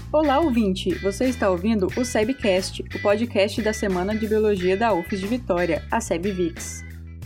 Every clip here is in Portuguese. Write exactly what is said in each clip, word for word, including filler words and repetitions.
Olá, ouvinte! Você está ouvindo o SEBcast, o podcast da Semana de Biologia da U F S de Vitória, a SEBVix.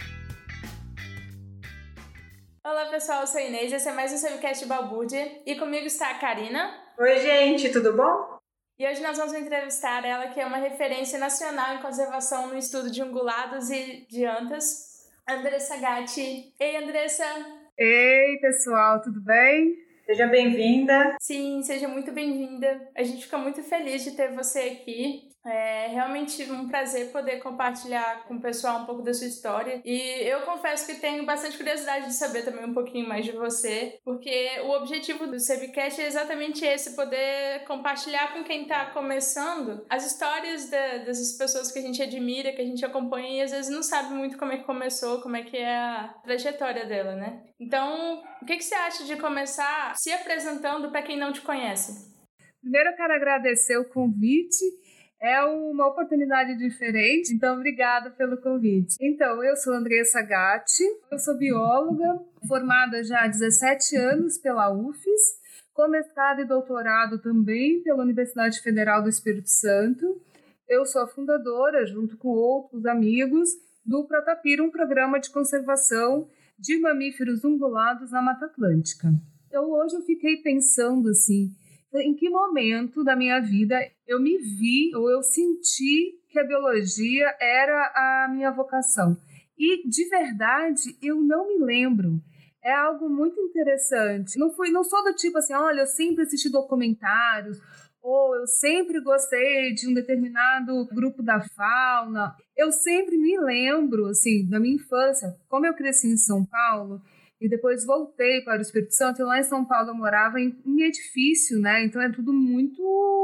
Olá pessoal, eu sou a Inês, esse é mais um SEBcast Balbúrdia e comigo está a Karina. Oi gente, tudo bom? E hoje nós vamos entrevistar ela, que é uma referência nacional em conservação no estudo de ungulados e de antas, Andressa Gatti. Ei, Andressa! Ei, pessoal, tudo bem? Seja bem-vinda. Sim, seja muito bem-vinda. A gente fica muito feliz de ter você aqui. É realmente um prazer poder compartilhar com o pessoal um pouco da sua história. E eu confesso que tenho bastante curiosidade de saber também um pouquinho mais de você, porque o objetivo do SEBcast é exatamente esse, poder compartilhar com quem está começando as histórias da, dessas pessoas que a gente admira, que a gente acompanha e às vezes não sabe muito como é que começou, como é que é a trajetória dela, né? Então, o que, que você acha de começar se apresentando para quem não te conhece? Primeiro eu quero agradecer o convite. É uma oportunidade diferente, então obrigada pelo convite. Então, eu sou Andressa Gatti, eu sou bióloga, formada já há dezessete anos pela U F S, com mestrado e doutorado também pela Universidade Federal do Espírito Santo. Eu sou a fundadora, junto com outros amigos, do Protapira, um programa de conservação de mamíferos ungulados na Mata Atlântica. Então, hoje eu fiquei pensando assim, em que momento da minha vida eu me vi ou eu senti que a biologia era a minha vocação. E, de verdade, eu não me lembro. É algo muito interessante. Não, fui, não sou do tipo assim, olha, eu sempre assisti documentários, ou eu sempre gostei de um determinado grupo da fauna. Eu sempre me lembro, assim, da minha infância. Como eu cresci em São Paulo, e depois voltei para o Espírito Santo, e lá em São Paulo eu morava em, em edifício, né? Então é tudo muito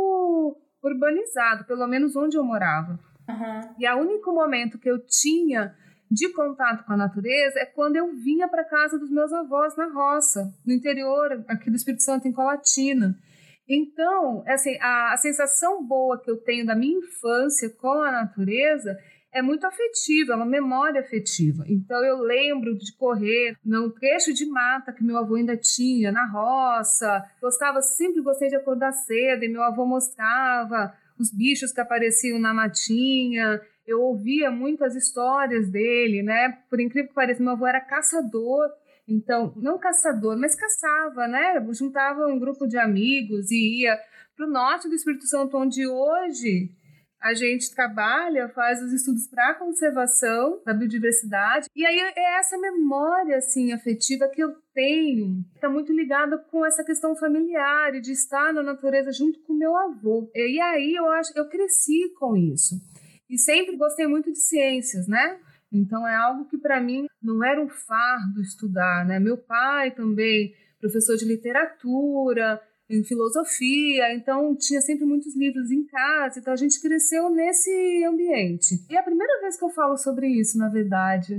urbanizado, pelo menos onde eu morava. Uhum. E o único momento que eu tinha de contato com a natureza é quando eu vinha para casa dos meus avós na roça, no interior aqui do Espírito Santo, em Colatina. Então, assim, a, a sensação boa que eu tenho da minha infância com a natureza é muito afetiva, é uma memória afetiva. Então, eu lembro de correr num trecho de mata que meu avô ainda tinha, na roça. Gostava, sempre gostei de acordar cedo, e meu avô mostrava os bichos que apareciam na matinha. Eu ouvia muitas histórias dele, né? Por incrível que pareça, meu avô era caçador. Então, não caçador, mas caçava, né? Juntava um grupo de amigos e ia para o norte do Espírito Santo, onde hoje a gente trabalha, faz os estudos para a conservação da biodiversidade. E aí é essa memória assim, afetiva que eu tenho. Está muito ligada com essa questão familiar e de estar na natureza junto com meu avô. E aí eu acho, eu cresci com isso. E sempre gostei muito de ciências, né? Então é algo que para mim não era um fardo estudar, né? Meu pai também, professor de literatura, em filosofia, então tinha sempre muitos livros em casa, então a gente cresceu nesse ambiente. E é a primeira vez que eu falo sobre isso, na verdade.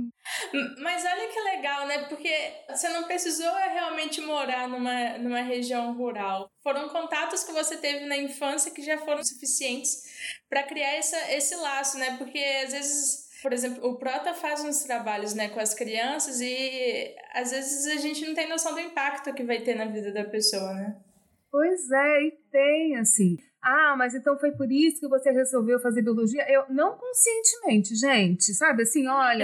Mas olha que legal, né? Porque você não precisou realmente morar numa, numa região rural. Foram contatos que você teve na infância que já foram suficientes para criar essa, esse laço, né? Porque às vezes, por exemplo, o Prota faz uns trabalhos, né, com as crianças e às vezes a gente não tem noção do impacto que vai ter na vida da pessoa, né? Pois é, e tem, assim. Ah, mas então foi por isso que você resolveu fazer biologia? Eu, não conscientemente, gente, sabe? Assim, olha,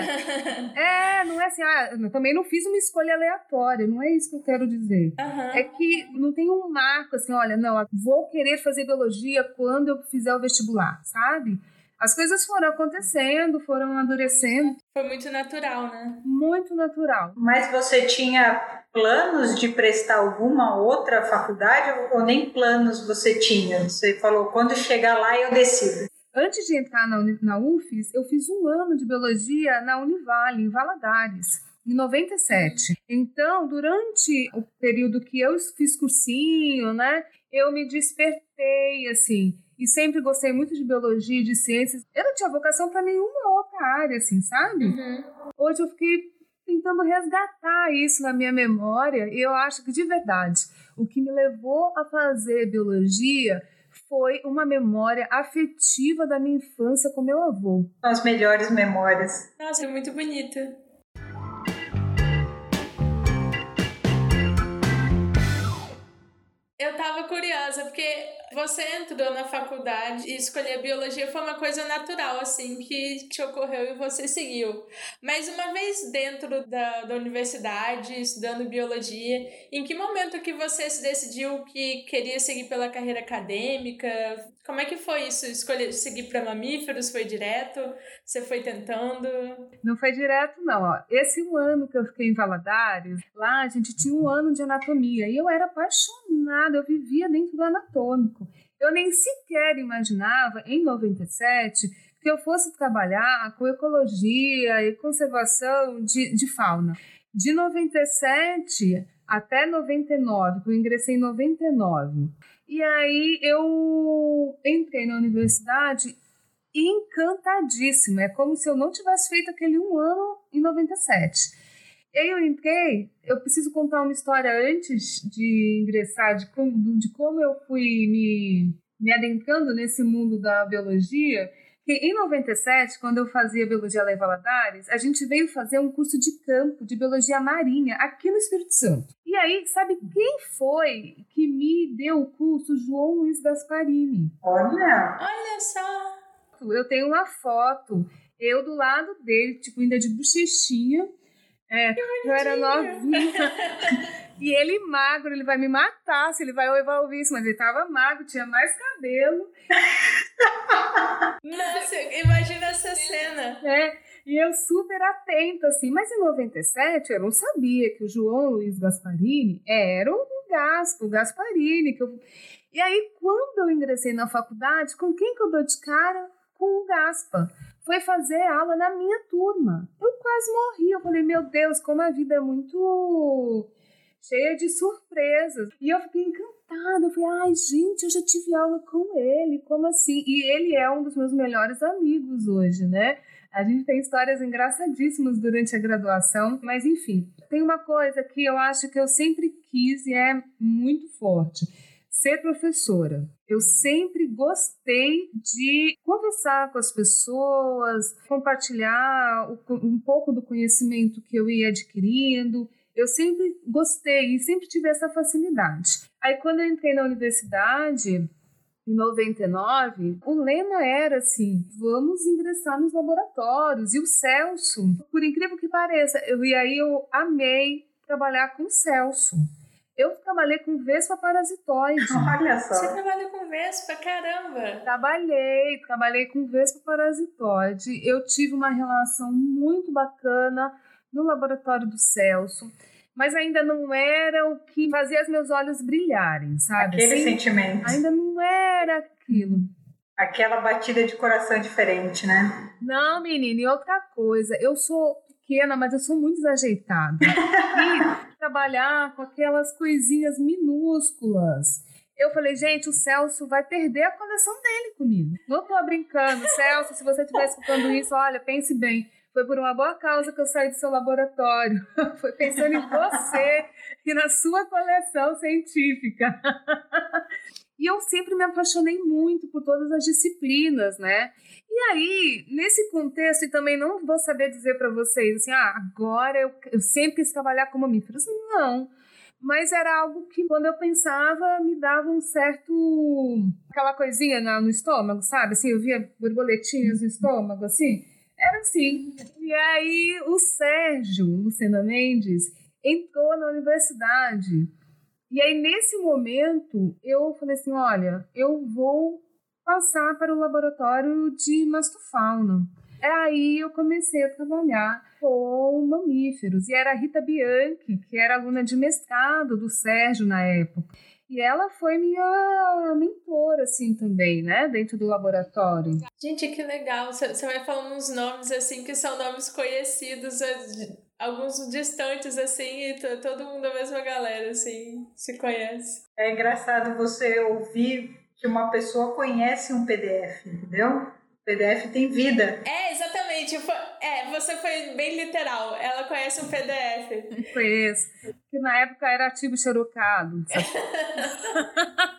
é, não é assim, ah, eu também não fiz uma escolha aleatória, não é isso que eu quero dizer. Uhum. É que não tem um marco, assim, olha, não, vou querer fazer biologia quando eu fizer o vestibular, sabe? As coisas foram acontecendo, foram amadurecendo. Foi muito natural, né? Muito natural. Mas você tinha planos de prestar alguma outra faculdade ou nem planos você tinha? Você falou, quando chegar lá eu decido. Antes de entrar na, na U F S, eu fiz um ano de biologia na Univale, em Valadares, em noventa e sete. Então, durante o período que eu fiz cursinho, né, eu me despertei, assim, e sempre gostei muito de biologia e de ciências. Eu não tinha vocação para nenhuma outra área, assim, sabe? Uhum. Hoje eu fiquei tentando resgatar isso na minha memória e eu acho que, de verdade, o que me levou a fazer biologia foi uma memória afetiva da minha infância com meu avô. As melhores memórias. Nossa, é muito bonita. Eu tava curiosa, porque você entrou na faculdade e escolher biologia foi uma coisa natural, assim, que te ocorreu e você seguiu. Mas uma vez dentro da, da universidade, estudando biologia, em que momento que você se decidiu que queria seguir pela carreira acadêmica? Como é que foi isso? Escolher seguir para mamíferos? Foi direto? Você foi tentando? Não foi direto, não. Ó. Esse um ano que eu fiquei em Valadares, lá a gente tinha um ano de anatomia e eu era apaixonada, eu vivia dentro do anatômico. Eu nem sequer imaginava, em noventa e sete, que eu fosse trabalhar com ecologia e conservação de, de fauna. De noventa e sete até noventa e nove, que eu ingressei em noventa e nove. E aí eu entrei na universidade encantadíssima. É como se eu não tivesse feito aquele um ano em noventa e sete. E aí eu entrei, eu preciso contar uma história antes de ingressar, de como, de como eu fui me, me adentrando nesse mundo da biologia. Que em noventa e sete, quando eu fazia biologia lá em Valadares, a gente veio fazer um curso de campo de biologia marinha aqui no Espírito Santo. E aí, sabe quem foi que me deu o curso? João Luiz Gasparini. Olha! Olha só! Eu tenho uma foto, eu do lado dele, tipo, ainda de bochechinha. É, eu era novinha. E ele magro, ele vai me matar se ele vai ouvir isso, mas ele tava magro, tinha mais cabelo. Nossa, imagina essa cena. É, e eu super atenta, assim. Mas em noventa e sete eu não sabia que o João Luiz Gasparini era o Gaspo, o Gasparini. Que eu... E aí, quando eu ingressei na faculdade, com quem que eu dou de cara? Com o Gaspa. Foi fazer aula na minha turma. Eu quase morri. Eu falei, meu Deus, como a vida é muito cheia de surpresas. E eu fiquei encantada. Eu falei, ai, gente, eu já tive aula com ele. Como assim? E ele é um dos meus melhores amigos hoje, né? A gente tem histórias engraçadíssimas durante a graduação. Mas, enfim, tem uma coisa que eu acho que eu sempre quis e é muito forte. Ser professora. Eu sempre gostei de conversar com as pessoas, compartilhar um pouco do conhecimento que eu ia adquirindo. Eu sempre gostei e sempre tive essa facilidade. Aí, quando eu entrei na universidade, em noventa e nove, o lema era assim, vamos ingressar nos laboratórios. E o Celso, por incrível que pareça, eu, e aí eu amei trabalhar com o Celso. Eu trabalhei com vespa parasitoide. Olha só. Você trabalhou com vespa? Caramba! Trabalhei, trabalhei com vespa parasitoide. Eu tive uma relação muito bacana no laboratório do Celso, mas ainda não era o que fazia os meus olhos brilharem, sabe? Aquele assim, sentimento. Ainda não era aquilo. Aquela batida de coração diferente, né? Não, menina, e outra coisa, eu sou pequena, mas eu sou muito desajeitada. E trabalhar com aquelas coisinhas minúsculas. Eu falei, gente, o Celso vai perder a coleção dele comigo. Não tô brincando. Celso, se você estiver escutando isso, olha, pense bem. Foi por uma boa causa que eu saí do seu laboratório. Foi pensando em você e na sua coleção científica. E eu sempre me apaixonei muito por todas as disciplinas, né? E aí, nesse contexto, e também não vou saber dizer para vocês, assim, ah, agora eu, eu sempre quis trabalhar com mamíferos. Não, mas era algo que, quando eu pensava, me dava um certo... aquela coisinha no, no estômago, sabe? Assim, eu via borboletinhas no estômago, assim. Era assim. E aí, o Sérgio Lucena Mendes entrou na universidade. E aí, nesse momento, eu falei assim, olha, eu vou passar para o laboratório de mastofauna. É aí eu comecei a trabalhar com mamíferos. E era a Rita Bianchi, que era aluna de mestrado do Sérgio na época. E ela foi minha mentora, assim, também, né? Dentro do laboratório. Gente, que legal. Você vai falando uns nomes, assim, que são nomes conhecidos, alguns distantes, assim, e todo mundo, a mesma galera, assim, se conhece. É engraçado você ouvir que uma pessoa conhece um P D F, entendeu? O P D F tem vida. É, exatamente. É, você foi bem literal. Ela conhece um P D F. Conheço. Que na época era artigo xerocado.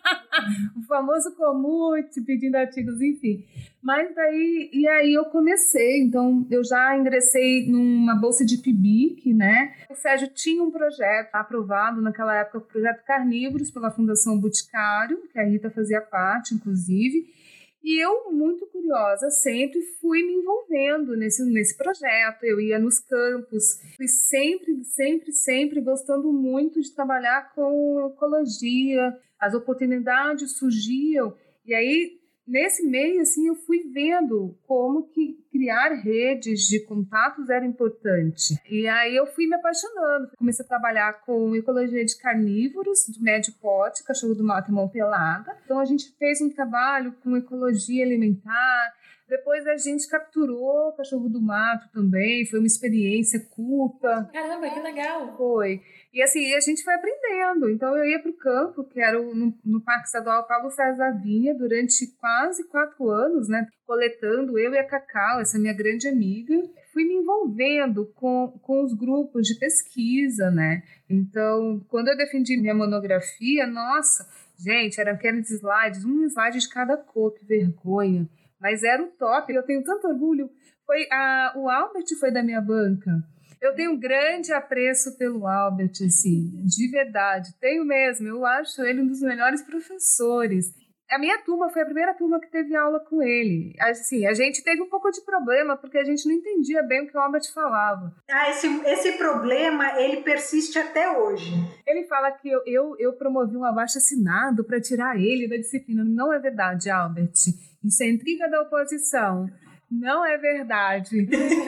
O famoso Comute, pedindo artigos, enfim. Mas daí, e aí eu comecei, então eu já ingressei numa bolsa de P I B I C, né? O Sérgio tinha um projeto aprovado naquela época, o projeto Carnívoros, pela Fundação Boticário, que a Rita fazia parte, inclusive. E eu, muito curiosa, sempre fui me envolvendo nesse, nesse projeto. Eu ia nos campos, fui sempre, sempre, sempre gostando muito de trabalhar com ecologia. As oportunidades surgiam. E aí, nesse meio, assim, eu fui vendo como que criar redes de contatos era importante. E aí eu fui me apaixonando. Comecei a trabalhar com ecologia de carnívoros, de médio porte, cachorro do mato e mão pelada. Então a gente fez um trabalho com ecologia alimentar. Depois a gente capturou o cachorro do mato também. Foi uma experiência curta. Caramba, que legal! Foi. E assim, a gente foi aprendendo. Então eu ia para o campo, que era no, no Parque Estadual Paulo César Vinha, durante quase quatro anos, né? Coletando, eu e a Cacau, essa minha grande amiga. Fui me envolvendo com, com os grupos de pesquisa, né? Então, quando eu defendi minha monografia, nossa, gente, eram aqueles slides, um slide de cada cor, que vergonha. Mas era o top, eu tenho tanto orgulho. Foi a, o Albert foi da minha banca. Eu tenho um grande apreço pelo Albert, assim, de verdade. Tenho mesmo, eu acho ele um dos melhores professores. A minha turma foi a primeira turma que teve aula com ele. Assim, a gente teve um pouco de problema, porque a gente não entendia bem o que o Albert falava. Ah, esse, esse problema, ele persiste até hoje. Ele fala que eu, eu, eu promovi um abaixo-assinado para tirar ele da disciplina. Não é verdade, Albert. Isso é intriga da oposição. Não é verdade.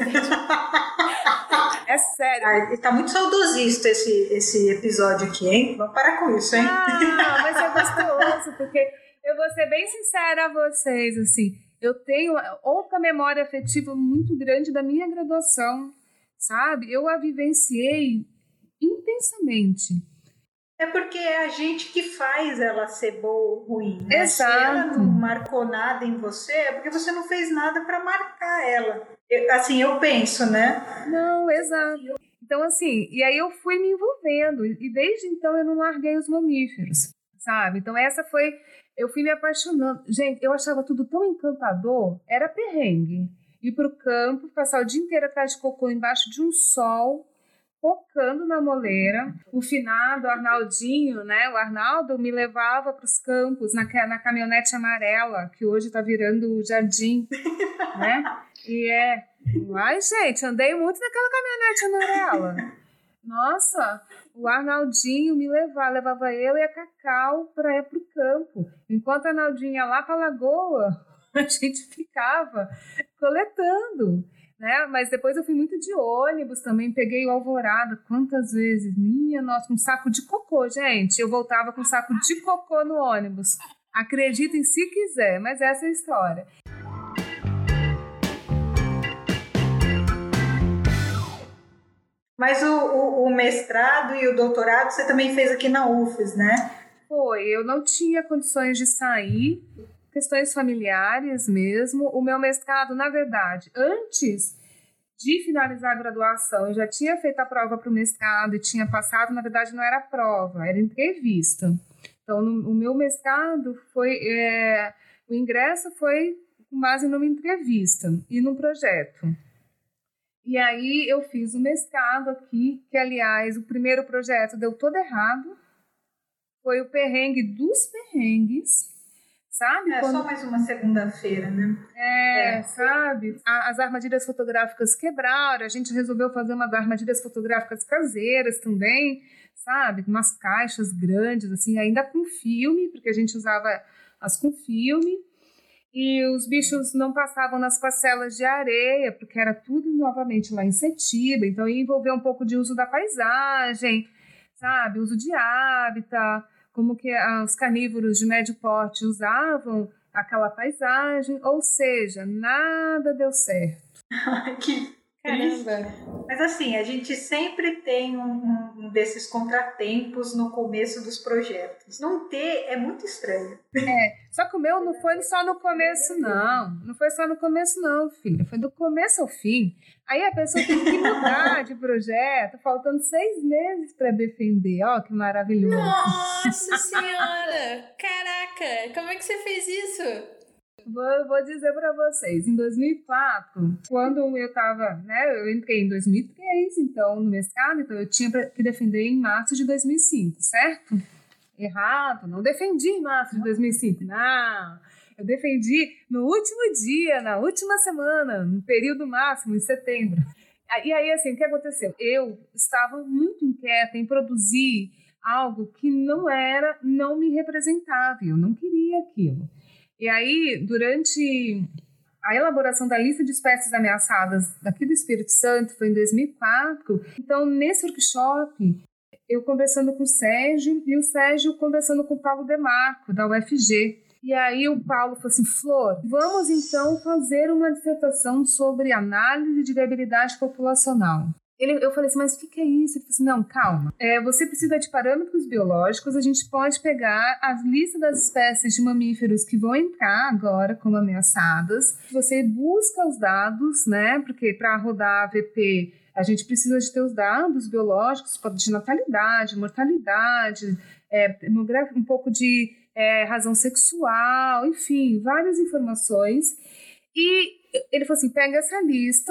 É sério. Ai, tá muito saudosista esse, esse episódio aqui, hein? Vamos parar com isso, hein? Ah, mas é gostoso, porque eu vou ser bem sincera a vocês, assim, eu tenho outra memória afetiva muito grande da minha graduação, sabe? Eu a vivenciei intensamente. É porque é a gente que faz ela ser boa ou ruim, né? Exato. Se ela não marcou nada em você, é porque você não fez nada para marcar ela. Eu, assim, eu penso, né? Não, exato. Então, assim, e aí eu fui me envolvendo, e desde então eu não larguei os mamíferos, sabe? Então essa foi, eu fui me apaixonando. Gente, eu achava tudo tão encantador, era perrengue. Ir pro campo, passar o dia inteiro atrás de cocô embaixo de um sol, focando na moleira. O finado Arnaldinho, né? O Arnaldo me levava para os campos na, na caminhonete amarela, que hoje está virando o jardim, né? E é... Ai, gente, andei muito naquela caminhonete amarela. Nossa, o Arnaldinho me levava, levava eu e a Cacau para ir para o campo. Enquanto a Arnaldinho ia lá para a lagoa, a gente ficava coletando. Né? Mas depois eu fui muito de ônibus também, peguei o Alvorada, quantas vezes, minha nossa, um saco de cocô, gente, eu voltava com um saco de cocô no ônibus, acreditem se quiser, mas essa é a história. Mas o, o, o mestrado e o doutorado você também fez aqui na U F E S, né? Foi, eu não tinha condições de sair, questões familiares mesmo. O meu mestrado, na verdade, antes de finalizar a graduação, eu já tinha feito a prova para o mestrado e tinha passado, na verdade não era prova, era entrevista. Então, no, o meu mestrado foi, é, o ingresso foi com base numa entrevista e num projeto. E aí eu fiz o mestrado aqui, que aliás, o primeiro projeto deu todo errado, foi o perrengue dos perrengues. Sabe? É Quando... só mais uma segunda-feira, né? É, é. sabe? As armadilhas fotográficas quebraram, a gente resolveu fazer umas armadilhas fotográficas caseiras também, sabe? Umas caixas grandes, assim, ainda com filme, porque a gente usava as com filme, e os bichos não passavam nas parcelas de areia, porque era tudo novamente lá em Setiba, então ia envolver um pouco de uso da paisagem, sabe? Uso de hábitat, como que os carnívoros de médio porte usavam aquela paisagem, ou seja, nada deu certo. Que caramba! Mas assim, a gente sempre tem um, um desses contratempos no começo dos projetos. Não ter é muito estranho. É, só que o meu não foi só no começo, não. Não foi só no começo, não, filha. Foi do começo ao fim. Aí a pessoa tem que mudar de projeto, faltando seis meses para defender. Ó, que maravilhoso. Nossa Senhora! Caraca! Caraca, como é que você fez isso? Vou, vou dizer para vocês, em dois mil e quatro, quando eu estava, né, eu entrei em dois mil e três, então, no mestrado, então eu tinha que defender em março de dois mil e cinco, certo? Errado, não defendi em março de dois mil e cinco, não. Eu defendi no último dia, na última semana, no período máximo, em setembro. E aí, assim, o que aconteceu? Eu estava muito inquieta em produzir algo que não era, não me representava, eu não queria aquilo. E aí, durante a elaboração da lista de espécies ameaçadas daqui do Espírito Santo, foi em dois mil e quatro, então, nesse workshop, eu conversando com o Sérgio, e o Sérgio conversando com o Paulo Demarco, da U F G. E aí o Paulo falou assim, Flor, vamos então fazer uma dissertação sobre análise de viabilidade populacional. Ele, eu falei assim, mas o que, que é isso? Ele falou assim, não, calma. É, você precisa de parâmetros biológicos, a gente pode pegar a lista das espécies de mamíferos que vão entrar agora como ameaçadas. Você busca os dados, né? Porque para rodar a V P, a gente precisa de ter os dados biológicos de natalidade, mortalidade, é, um pouco de é, razão sexual, enfim, várias informações. E ele falou assim, pega essa lista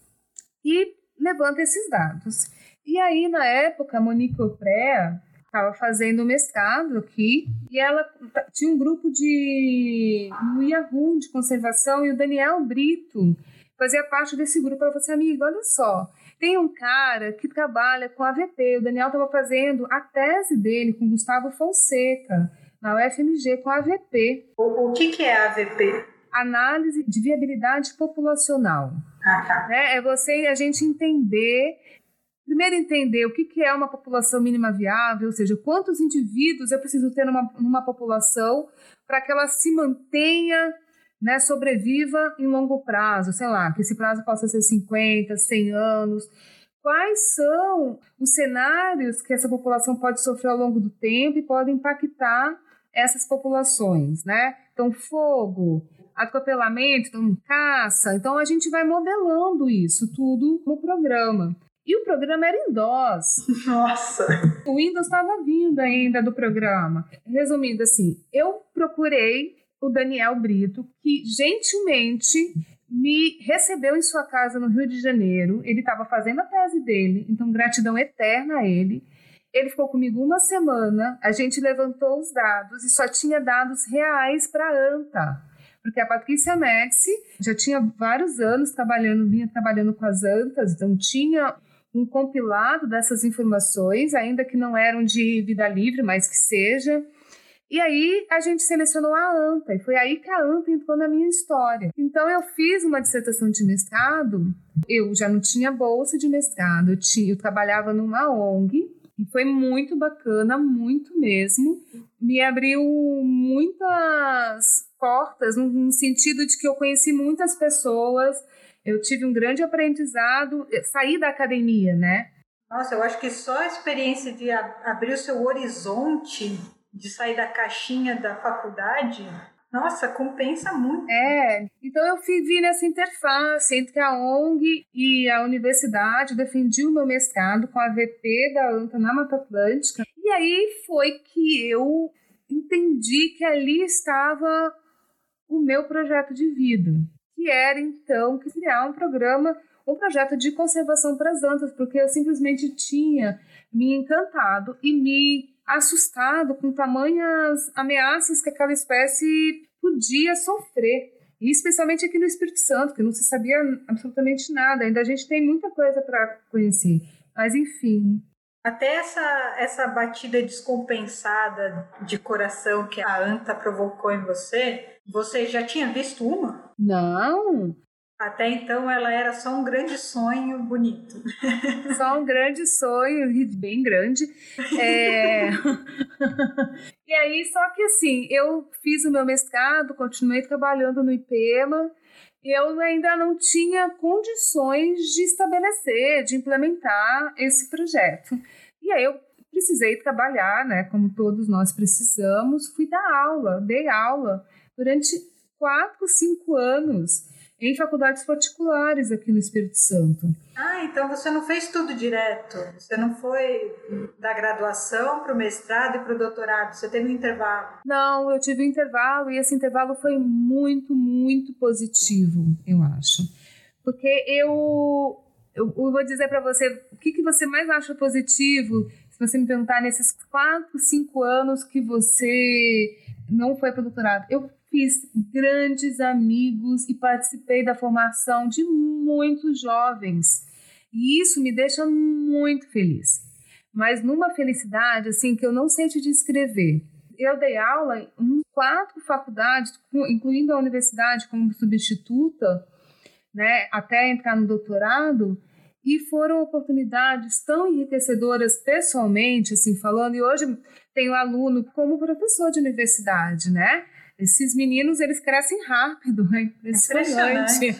e levanta esses dados. E aí, na época, a Monique Oprea estava fazendo mestrado aqui e ela tinha um grupo de no Yahoo de conservação e o Daniel Brito fazia parte desse grupo. Ela falou assim, amiga, olha só, tem um cara que trabalha com a V P, o Daniel estava fazendo a tese dele com Gustavo Fonseca, na U F M G, com a V P. O, o que, que é a V P? Análise de viabilidade populacional. Ah, tá. Né? É você, a gente entender, primeiro entender o que, que é uma população mínima viável, ou seja, quantos indivíduos eu preciso ter numa, numa população para que ela se mantenha, né, sobreviva em longo prazo, sei lá, que esse prazo possa ser cinquenta, cem anos. Quais são os cenários que essa população pode sofrer ao longo do tempo e podem impactar essas populações, né? Então, fogo, atropelamento, então, caça. Então, a gente vai modelando isso tudo no programa. E o programa era em DOS. Nossa! O Windows estava vindo ainda do programa. Resumindo assim, eu procurei o Daniel Brito, que gentilmente me recebeu em sua casa no Rio de Janeiro. Ele estava fazendo a tese dele, então gratidão eterna a ele. Ele ficou comigo uma semana, a gente levantou os dados e só tinha dados reais para a ANTA. Porque a Patrícia Médici já tinha vários anos trabalhando, vinha trabalhando com as ANTAs, então tinha um compilado dessas informações, ainda que não eram de vida livre, mas que seja. E aí a gente selecionou a ANTA, e foi aí que a ANTA entrou na minha história. Então eu fiz uma dissertação de mestrado, eu já não tinha bolsa de mestrado, eu, tinha, eu trabalhava numa O N G, e foi muito bacana, muito mesmo. Me abriu muitas portas, no sentido de que eu conheci muitas pessoas, eu tive um grande aprendizado, saí da academia, né? Nossa, eu acho que só a experiência de abrir o seu horizonte, de sair da caixinha da faculdade, nossa, compensa muito. É, então eu vi nessa interface entre a O N G e a universidade, defendi o meu mestrado com a V P da ANTA na Mata Atlântica, e aí foi que eu entendi que ali estava o meu projeto de vida, que era então criar um programa, um projeto de conservação para as antas, porque eu simplesmente tinha me encantado e me assustado com tamanhas ameaças que aquela espécie podia sofrer, e especialmente aqui no Espírito Santo, que não se sabia absolutamente nada, ainda a gente tem muita coisa para conhecer, mas enfim. Até essa, essa batida descompensada de coração que a ANTA provocou em você, você já tinha visto uma? Não. Até então ela era só um grande sonho bonito. Só um grande sonho, bem grande. É... e aí, só que assim, eu fiz o meu mestrado, continuei trabalhando no IPEMA, e eu ainda não tinha condições de estabelecer, de implementar esse projeto. E aí eu precisei trabalhar, né, como todos nós precisamos, fui dar aula, dei aula durante quatro, cinco anos. em faculdades particulares aqui no Espírito Santo. Ah, então você não fez tudo direto? Você não foi da graduação para o mestrado e para o doutorado? Você teve um intervalo? Não, eu tive um intervalo e esse intervalo foi muito, muito positivo, eu acho. Porque eu, eu, eu vou dizer para você, o que, que você mais acha positivo, se você me perguntar, nesses quatro, cinco anos que você não foi para o doutorado? Eu fiz grandes amigos e participei da formação de muitos jovens. E isso me deixa muito feliz. Mas numa felicidade assim, que eu não sei te descrever. Eu dei aula em quatro faculdades, incluindo a universidade como substituta, né, até entrar no doutorado, e foram oportunidades tão enriquecedoras pessoalmente, assim, falando. E hoje tenho aluno como professor de universidade, né? Esses meninos, eles crescem rápido, é impressionante.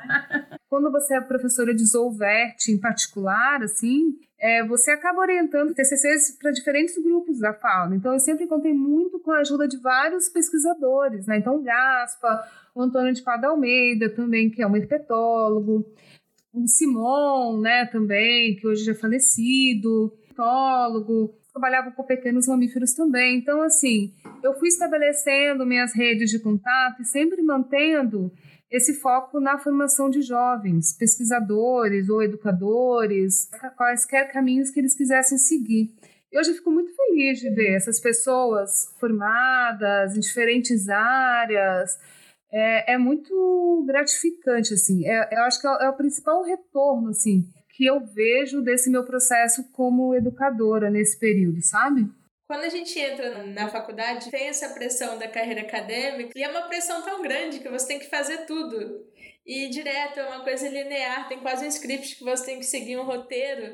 Quando você é professora de Zolvert, em particular, assim, é, você acaba orientando T C Cs para diferentes grupos da fauna. Então, eu sempre contei muito com a ajuda de vários pesquisadores, né? Então, o Gaspa, o Antônio de Pada Almeida também, que é um herpetólogo, o Simon, né, também, que hoje já é falecido, herpetólogo, trabalhava com pequenos mamíferos também. Então, assim, eu fui estabelecendo minhas redes de contato e sempre mantendo esse foco na formação de jovens, pesquisadores ou educadores, quaisquer caminhos que eles quisessem seguir. E hoje eu fico muito feliz de ver essas pessoas formadas em diferentes áreas. É, é muito gratificante, assim. É, eu acho que é, é o principal retorno, assim, que eu vejo desse meu processo como educadora nesse período, sabe? Quando a gente entra na faculdade, tem essa pressão da carreira acadêmica e é uma pressão tão grande que você tem que fazer tudo. E direto, é uma coisa linear, tem quase um script que você tem que seguir um roteiro.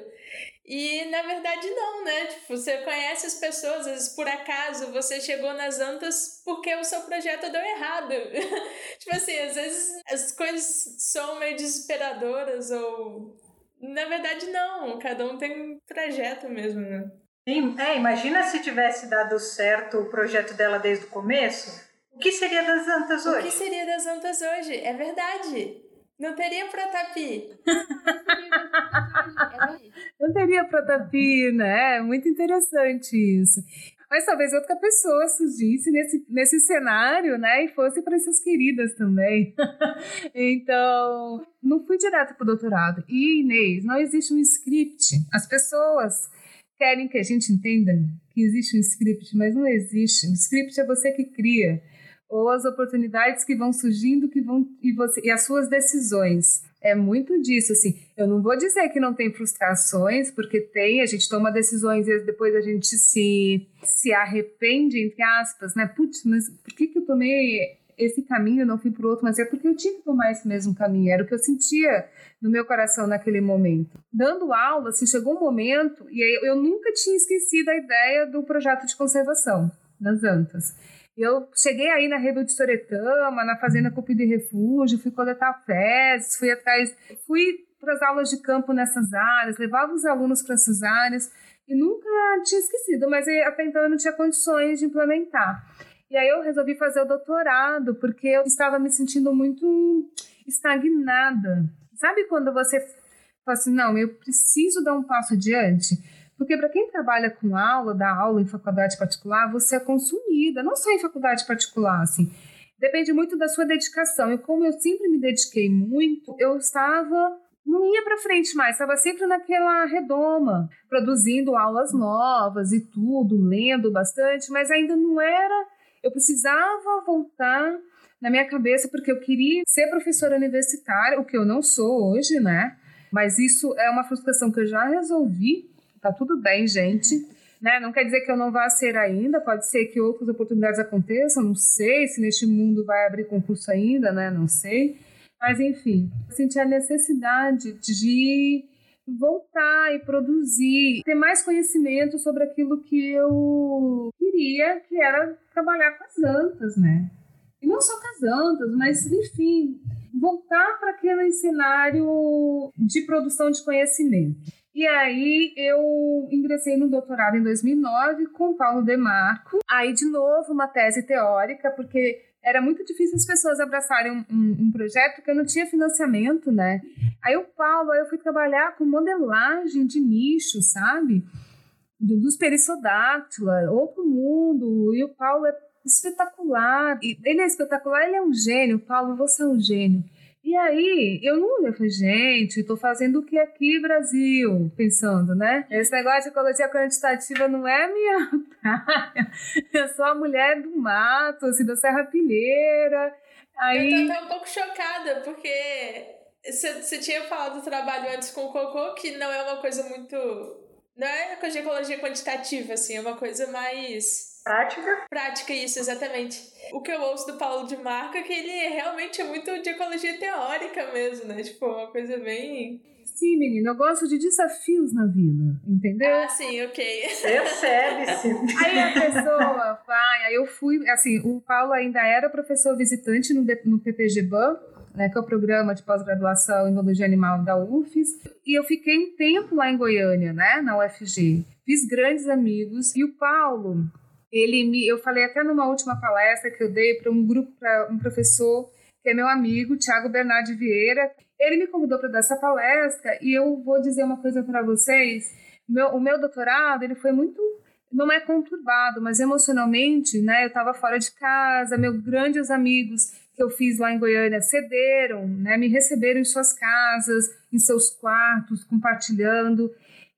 E, na verdade, não, né? Tipo, você conhece as pessoas, às vezes, por acaso, você chegou nas Antas porque o seu projeto deu errado. Tipo assim, às vezes as coisas são meio desesperadoras ou... Na verdade, não. Cada um tem um trajeto mesmo, né? É, imagina se tivesse dado certo o projeto dela desde o começo. O que seria das Antas hoje? O que seria das Antas hoje? É verdade. Não teria Protapi. Não teria Protapi, né? É muito interessante isso. Mas talvez outra pessoa surgisse nesse, nesse cenário, né? E fosse para essas queridas também. Então, não fui direto para o doutorado. E, Inês, não existe um script. As pessoas querem que a gente entenda que existe um script, mas não existe. O script é você que cria. Ou as oportunidades que vão surgindo que vão, e, você, e as suas decisões. É muito disso, assim. Eu não vou dizer que não tem frustrações, porque tem, a gente toma decisões e depois a gente se, se arrepende, entre aspas, né? Putz, mas por que, que eu tomei esse caminho e não fui pro outro? Mas é porque eu tinha que tomar esse mesmo caminho, era o que eu sentia no meu coração naquele momento. Dando aula, assim, chegou um momento, e aí eu nunca tinha esquecido a ideia do projeto de conservação das Antas. Eu cheguei aí na Rede de Soretama, na Fazenda Cupido e Refúgio, fui coletar fezes, fui atrás, fui para as aulas de campo nessas áreas, levava os alunos para essas áreas e nunca tinha esquecido, mas até então eu não tinha condições de implementar. E aí eu resolvi fazer o doutorado, porque eu estava me sentindo muito estagnada. Sabe quando você fala assim, não, eu preciso dar um passo adiante? Porque para quem trabalha com aula, dá aula em faculdade particular, você é consumida, não só em faculdade particular, assim. Depende muito da sua dedicação. E como eu sempre me dediquei muito, eu estava, não ia para frente mais, estava sempre naquela redoma, produzindo aulas novas e tudo, lendo bastante, mas ainda não era, eu precisava voltar na minha cabeça, porque eu queria ser professora universitária, o que eu não sou hoje, né? Mas isso é uma frustração que eu já resolvi. Tá tudo bem, gente, né? Não quer dizer que eu não vá ser ainda, pode ser que outras oportunidades aconteçam, não sei se neste mundo vai abrir concurso ainda, né? Não sei, mas enfim, eu senti a necessidade de voltar e produzir, ter mais conhecimento sobre aquilo que eu queria, que era trabalhar com as Antas, né? E não só com as Antas, mas enfim, voltar para aquele cenário de produção de conhecimento. E aí eu ingressei no doutorado em dois mil e nove com Paulo Demarco. Aí, de novo, uma tese teórica, porque era muito difícil as pessoas abraçarem um, um, um projeto porque eu não tinha financiamento, né? Aí o Paulo, aí eu fui trabalhar com modelagem de nicho, sabe? Do, dos Perissodactyla, outro mundo. E o Paulo é espetacular. E ele é espetacular, ele é um gênio. Paulo, você é um gênio. E aí, eu não eu falei, gente, tô fazendo o que aqui, Brasil? Pensando, né? Esse negócio de ecologia quantitativa não é minha praia. Eu sou a mulher do mato, assim, da serrapilheira. Aí... Eu tô até um pouco chocada, porque você tinha falado do trabalho antes com o Cocô, que não é uma coisa muito... Não é uma coisa de ecologia quantitativa, assim, é uma coisa mais... Prática? Prática, isso, exatamente. O que eu ouço do Paulo de Marco é que ele realmente é muito de ecologia teórica mesmo, né? Tipo, uma coisa bem... Sim, menina, eu gosto de desafios na vida, entendeu? Ah, sim, ok. Percebe-se. Aí a pessoa vai, aí eu fui, assim, o Paulo ainda era professor visitante no, no P P G B A M, né, que é o Programa de Pós-Graduação em Biologia Animal da U F S, e eu fiquei um tempo lá em Goiânia, né, na U F G. Fiz grandes amigos, e o Paulo... Ele me, eu falei até numa última palestra que eu dei para um grupo, para um professor que é meu amigo, Thiago Bernardi Vieira. Ele me convidou para dar essa palestra e eu vou dizer uma coisa para vocês. Meu, o meu doutorado, ele foi muito, não é conturbado, mas emocionalmente, né? Eu estava fora de casa, meus grandes amigos que eu fiz lá em Goiânia cederam, né? Me receberam em suas casas, em seus quartos, compartilhando.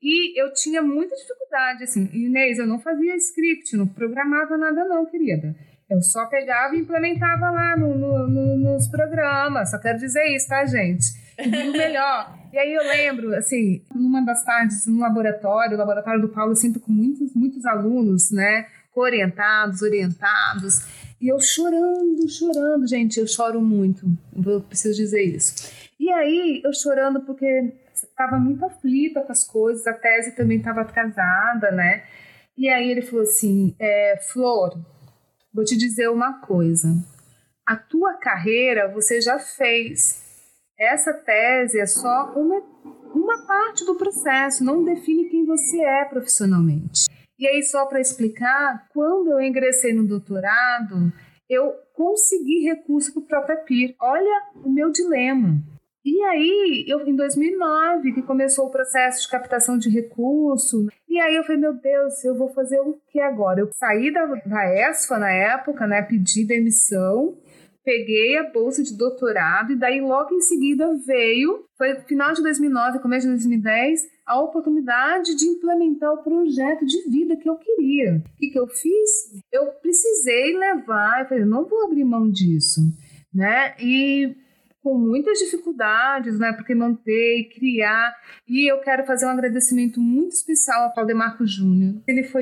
E eu tinha muita dificuldade, assim, Inês, eu não fazia script, não programava nada não, querida. Eu só pegava e implementava lá no, no, no, nos programas, só quero dizer isso, tá, gente? E o melhor. E aí eu lembro, assim, numa das tardes, no laboratório, o laboratório do Paulo, sempre com muitos, muitos alunos, né, orientados, orientados, e eu chorando, chorando, gente, eu choro muito, eu preciso dizer isso. E aí, eu chorando porque... estava muito aflita com as coisas, a tese também estava atrasada, né? E aí ele falou assim, é, Flor, vou te dizer uma coisa, a tua carreira você já fez, essa tese é só uma, uma parte do processo, não define quem você é profissionalmente. E aí, só para explicar, quando eu ingressei no doutorado, eu consegui recurso para o Protapir. Olha o meu dilema. E aí, eu, em dois mil e nove, que começou o processo de captação de recurso, e aí eu falei, meu Deus, eu vou fazer o que agora? Eu saí da, da ESFA na época, né, pedi demissão, peguei a bolsa de doutorado, e daí logo em seguida veio, foi no final de dois mil e nove, começo de dois mil e dez, a oportunidade de implementar o projeto de vida que eu queria. O que, que eu fiz? Eu precisei levar, eu falei, não vou abrir mão disso, né, e... com muitas dificuldades, né, porque manter e criar, e eu quero fazer um agradecimento muito especial ao Claudemarco Júnior. Ele foi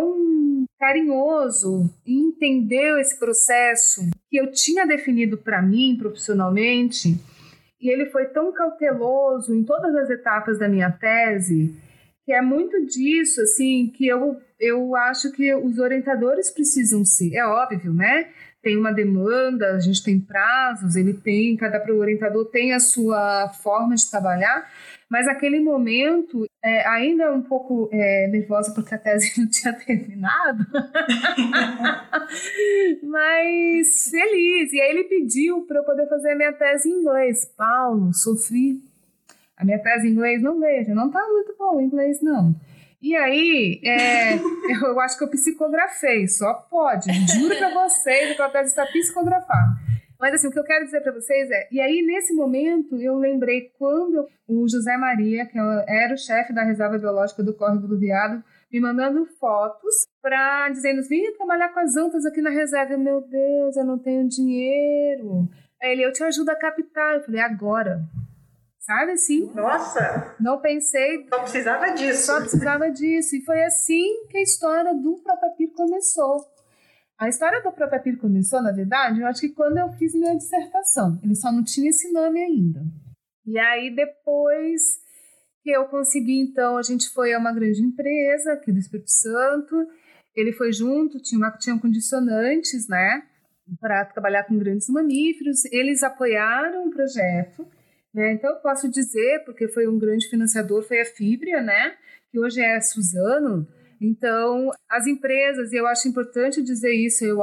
tão carinhoso e entendeu esse processo que eu tinha definido para mim profissionalmente, e ele foi tão cauteloso em todas as etapas da minha tese, que é muito disso, assim, que eu, eu acho que os orientadores precisam ser, é óbvio, né? Tem uma demanda, a gente tem prazos, ele tem, cada orientador tem a sua forma de trabalhar, mas naquele momento, é, ainda um pouco é, nervosa porque a tese não tinha terminado, mas feliz. E aí ele pediu para eu poder fazer a minha tese em inglês. Paulo, sofri. A minha tese em inglês, não veja, não está muito bom em inglês, não. E aí, é, eu acho que eu psicografei, só pode. Juro pra vocês, a tese está psicografada. Mas assim, o que eu quero dizer para vocês é... E aí, nesse momento, eu lembrei quando eu, o José Maria, que era o chefe da reserva biológica do Córrego do Viado, me mandando fotos para dizendo, vem trabalhar com as antas aqui na reserva. Eu, meu Deus, eu não tenho dinheiro. Aí ele, eu te ajudo a captar. Eu falei, agora... Sabe assim? Nossa! Não pensei... Só precisava disso. Só precisava disso. E foi assim que a história do Protapir começou. A história do Protapir começou, na verdade, eu acho que quando eu fiz minha dissertação. Ele só não tinha esse nome ainda. E aí, depois que eu consegui, então, a gente foi a uma grande empresa aqui do Espírito Santo. Ele foi junto, tinha, uma, tinha condicionantes, né? Para trabalhar com grandes mamíferos. Eles apoiaram o projeto. Né? Então, eu posso dizer, porque foi um grande financiador, foi a Fibria, né? Que hoje é a Suzano. Então, as empresas, e eu acho importante dizer isso, eu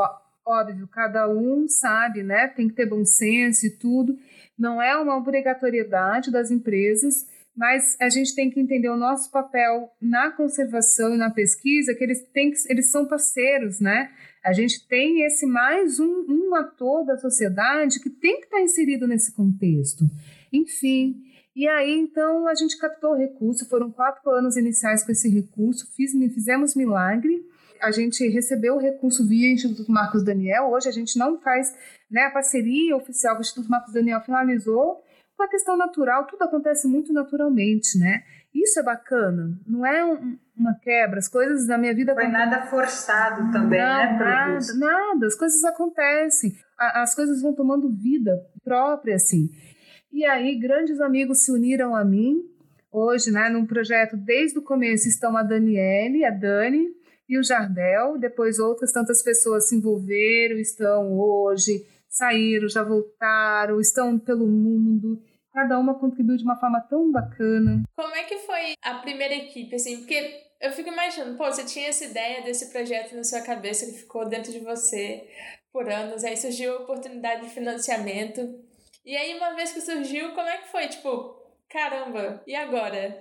Óbvio, cada um sabe, né? Tem que ter bom senso e tudo. Não é uma obrigatoriedade das empresas, mas a gente tem que entender o nosso papel na conservação e na pesquisa, que eles, têm que, eles são parceiros, né? A gente tem esse mais um, um ator da sociedade que tem que estar inserido nesse contexto. Enfim, e aí então a gente captou o recurso, foram quatro anos iniciais com esse recurso, fiz, fizemos milagre. A gente recebeu o recurso via Instituto Marcos Daniel. Hoje a gente não faz, né, a parceria oficial com o Instituto Marcos Daniel finalizou. Uma questão natural, tudo acontece muito naturalmente, né? Isso é bacana, não é um, uma quebra, as coisas da minha vida... Não foi nada forçado também, não, né? Nada, nada, as coisas acontecem, as coisas vão tomando vida própria, assim. E aí, grandes amigos se uniram a mim, hoje, né, num projeto, desde o começo estão a Daniele, a Dani, e o Jardel, depois outras tantas pessoas se envolveram, estão hoje, saíram, já voltaram, estão pelo mundo, cada uma contribuiu de uma forma tão bacana. Como é que foi a primeira equipe, assim, porque eu fico imaginando, pô, você tinha essa ideia desse projeto na sua cabeça que ficou dentro de você por anos, aí surgiu a oportunidade de financiamento, e aí uma vez que surgiu, como é que foi? Tipo, caramba, e agora?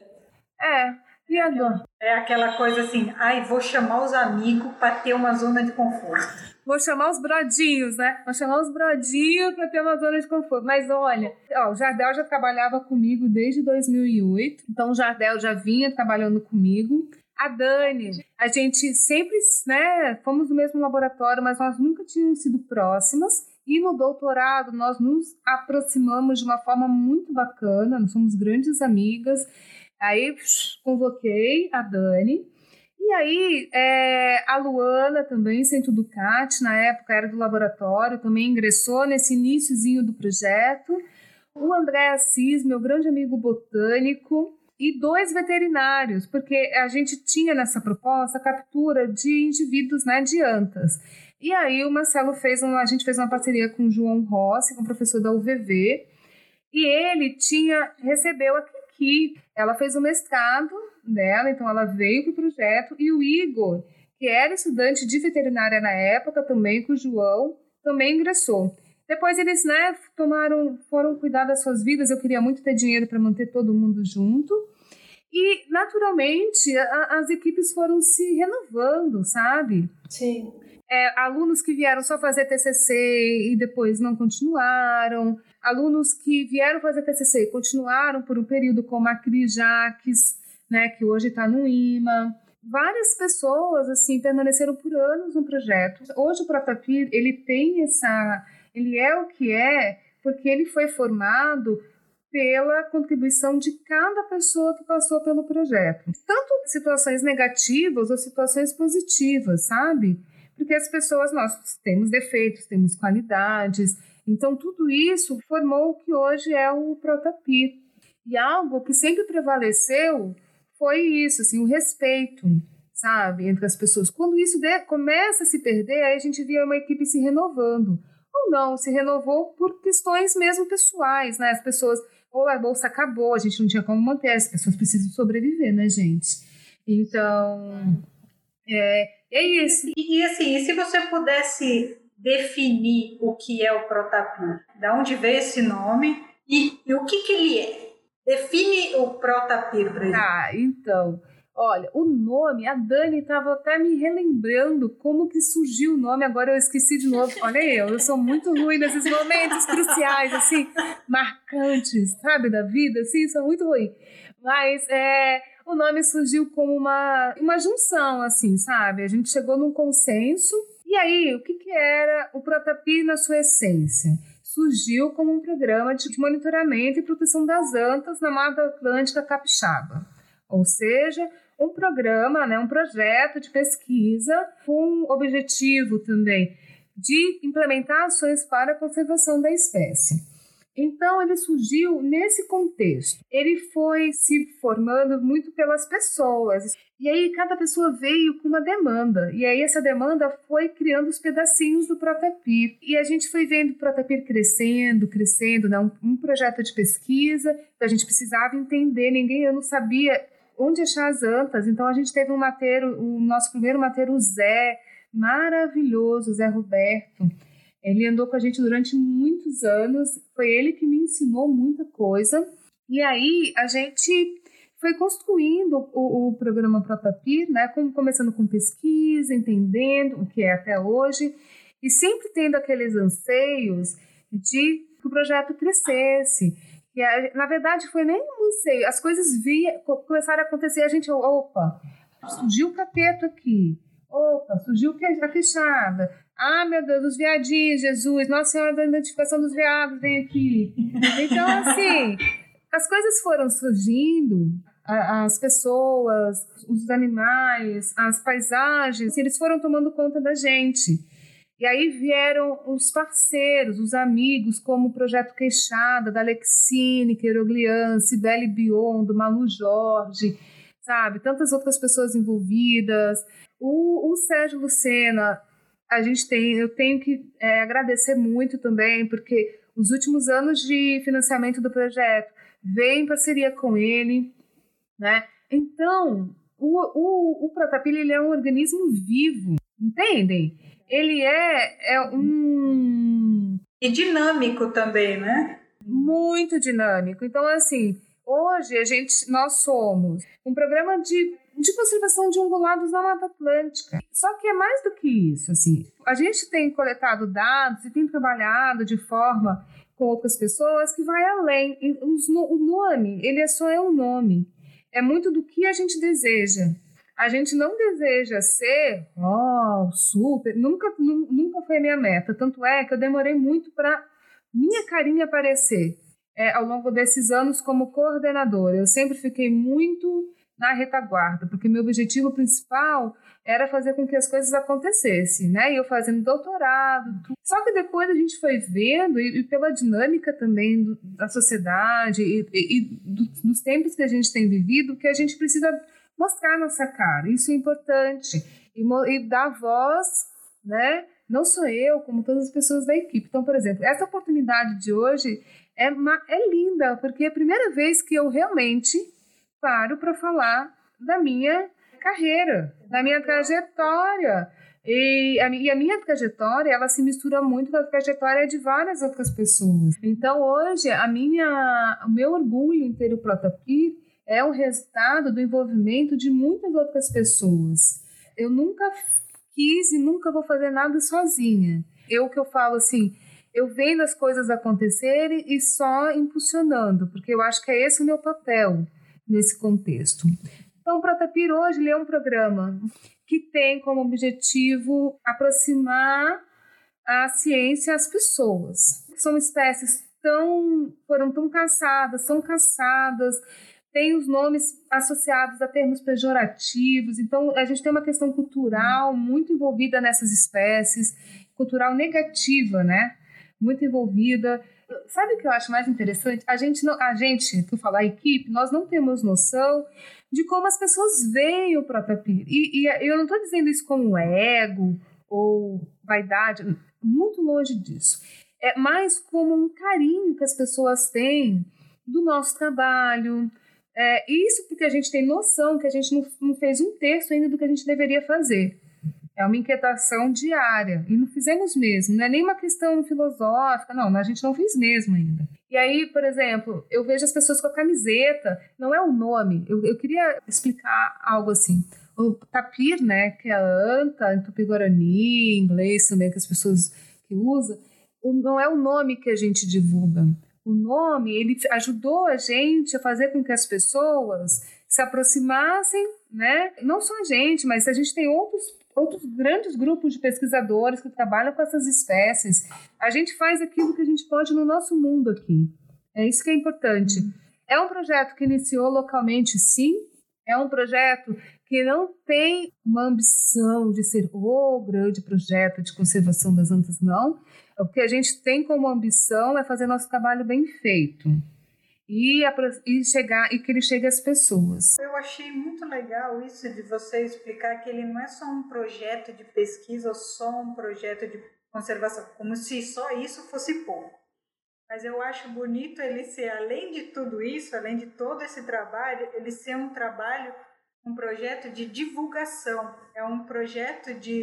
É... E agora? É aquela coisa assim, ai, vou chamar os amigos para ter uma zona de conforto. Vou chamar os brodinhos, né? Vou chamar os brodinhos para ter uma zona de conforto. Mas olha, ó, o Jardel já trabalhava comigo desde dois mil e oito, então o Jardel já vinha trabalhando comigo. A Dani, a gente sempre, né, fomos no mesmo laboratório, mas nós nunca tínhamos sido próximas. E no doutorado nós nos aproximamos de uma forma muito bacana, nós somos grandes amigas. Aí convoquei a Dani, e aí é, a Luana também, Centro Ducati, na época era do laboratório, também ingressou nesse iniciozinho do projeto. O André Assis, meu grande amigo botânico, e dois veterinários, porque a gente tinha nessa proposta a captura de indivíduos, né, de antas. E aí o Marcelo fez, uma, a gente fez uma parceria com o João Rossi, com o professor da U V V, e ele tinha, recebeu a Kiki, ela fez o mestrado dela, então ela veio para o projeto, e o Igor, que era estudante de veterinária na época, também com o João, também ingressou. Depois eles, né, tomaram, foram cuidar das suas vidas, eu queria muito ter dinheiro para manter todo mundo junto, e naturalmente a, as equipes foram se renovando, sabe? Sim. É, alunos que vieram só fazer T C C e depois não continuaram, alunos que vieram fazer T C C e continuaram por um período, como a Cris Jaques, né, que hoje está no I M A. Várias pessoas assim permaneceram por anos no projeto. Hoje o Protapir, ele tem essa, ele é o que é porque ele foi formado pela contribuição de cada pessoa que passou pelo projeto. Tanto situações negativas ou situações positivas, sabe? Porque as pessoas, nós temos defeitos, temos qualidades, então tudo isso formou o que hoje é o Protapir. E algo que sempre prevaleceu foi isso, assim, o respeito, sabe, entre as pessoas. Quando isso de, começa a se perder, aí a gente via uma equipe se renovando. Ou não, se renovou por questões mesmo pessoais, né? As pessoas, ou a bolsa acabou, a gente não tinha como manter, as pessoas precisam sobreviver, né, gente? Então, é, é isso. E, e assim, e se você pudesse definir o que é o Protapir, da onde veio esse nome e, e o que, que ele é? Define o Protapir para gente. Ah, então, olha, o nome, a Dani estava até me relembrando como que surgiu o nome, agora eu esqueci de novo. Olha eu, eu sou muito ruim nesses momentos cruciais, assim, marcantes, sabe, da vida, assim, sou muito ruim. Mas é, o nome surgiu como uma, uma junção, assim, sabe? A gente chegou num consenso. E aí, o que, que era o Protapir na sua essência? Surgiu como um programa de monitoramento e proteção das antas na Mata Atlântica Capixaba. Ou seja, um programa, né, um projeto de pesquisa com o objetivo também de implementar ações para a conservação da espécie. Então, ele surgiu nesse contexto. Ele foi se formando muito pelas pessoas. E aí, cada pessoa veio com uma demanda. E aí, essa demanda foi criando os pedacinhos do Protapir. E a gente foi vendo o Protapir crescendo, crescendo, né? um, um projeto de pesquisa. A gente precisava entender, ninguém, eu não sabia onde achar as antas. Então, a gente teve um mateiro, o nosso primeiro mateiro, o Zé, maravilhoso, Zé Roberto. Ele andou com a gente durante muitos anos, foi ele que me ensinou muita coisa. E aí a gente foi construindo o, o programa Protapir, né, começando com pesquisa, entendendo o que é até hoje, e sempre tendo aqueles anseios de que o projeto crescesse. E, na verdade, foi nem um anseio, as coisas via, começaram a acontecer, a gente, opa, surgiu o capeto aqui, opa, surgiu a queixada, ah, meu Deus, os viadinhos, Jesus, Nossa Senhora da Identificação dos Viados, vem aqui. Então, assim, as coisas foram surgindo, as pessoas, os animais, as paisagens, eles foram tomando conta da gente. E aí vieram os parceiros, os amigos, como o Projeto Queixada, da Alexine Queiroglian, Cibele Biondo, Malu Jorge, sabe? Tantas outras pessoas envolvidas. O, o Sérgio Lucena, a gente tem, eu tenho que é, agradecer muito também, porque os últimos anos de financiamento do projeto veio em parceria com ele, né? Então, o, o, o Protapir, ele é um organismo vivo, entendem? Ele é, é um... E dinâmico também, né? Muito dinâmico. Então, assim, hoje a gente, nós somos um programa de, de conservação de ungulados na Mata Atlântica. Só que é mais do que isso, assim. A gente tem coletado dados e tem trabalhado de forma com outras pessoas que vai além. O nome, ele é só é um nome. É muito do que a gente deseja. A gente não deseja ser, oh, super, nunca, nunca foi a minha meta. Tanto é que eu demorei muito para minha carinha aparecer é, ao longo desses anos como coordenadora. Eu sempre fiquei muito na retaguarda, porque meu objetivo principal era fazer com que as coisas acontecessem, né? E eu fazendo doutorado, tudo. Só que depois a gente foi vendo, e, e pela dinâmica também do, da sociedade e, e, e do, dos tempos que a gente tem vivido, que a gente precisa mostrar nossa cara, isso é importante, e, e dar voz, né? Não só eu, como todas as pessoas da equipe. Então, por exemplo, essa oportunidade de hoje é, uma, é linda, porque é a primeira vez que eu realmente paro para falar da minha carreira, da minha trajetória. E a, e a minha trajetória, ela se mistura muito com a trajetória de várias outras pessoas. Então, hoje, a minha, o meu orgulho em ter o Protapir é o resultado do envolvimento de muitas outras pessoas. Eu nunca quis e nunca vou fazer nada sozinha. Eu que eu falo assim, eu vendo as coisas acontecerem e só impulsionando, porque eu acho que é esse o meu papel nesse contexto. Então, o Protapir hoje ele é um programa que tem como objetivo aproximar a ciência às pessoas. São espécies tão, foram tão caçadas, são caçadas, tem os nomes associados a termos pejorativos, então a gente tem uma questão cultural muito envolvida nessas espécies, cultural negativa, né? Muito envolvida. Sabe o que eu acho mais interessante? A gente, não, a gente, que eu falo, a equipe, nós não temos noção de como as pessoas veem o Protapir. E, e eu não estou dizendo isso como ego ou vaidade, muito longe disso. É mais como um carinho que as pessoas têm do nosso trabalho. É, isso porque a gente tem noção que a gente não, não fez um terço ainda do que a gente deveria fazer. É uma inquietação diária. E não fizemos mesmo. Não é nem uma questão filosófica. Não, a gente não fez mesmo ainda. E aí, por exemplo, eu vejo as pessoas com a camiseta. Não é o nome. Eu, eu queria explicar algo assim. O tapir, né, que é a anta, em tupi-guarani, em inglês também, que as pessoas que usam, não é o nome que a gente divulga. O nome, ele ajudou a gente a fazer com que as pessoas se aproximassem, né? Não só a gente, mas a gente tem outros, outros grandes grupos de pesquisadores que trabalham com essas espécies. A gente faz aquilo que a gente pode no nosso mundo aqui. É isso que é importante. É um projeto que iniciou localmente, sim. É um projeto que não tem uma ambição de ser o grande projeto de conservação das antas, não. O que a gente tem como ambição é fazer nosso trabalho bem feito e, e, chegar, e que ele chegue às pessoas. Eu achei muito legal isso de você explicar que ele não é só um projeto de pesquisa ou só um projeto de conservação, como se só isso fosse pouco. Mas eu acho bonito ele ser, além de tudo isso, além de todo esse trabalho, ele ser um trabalho, um projeto de divulgação. É um projeto de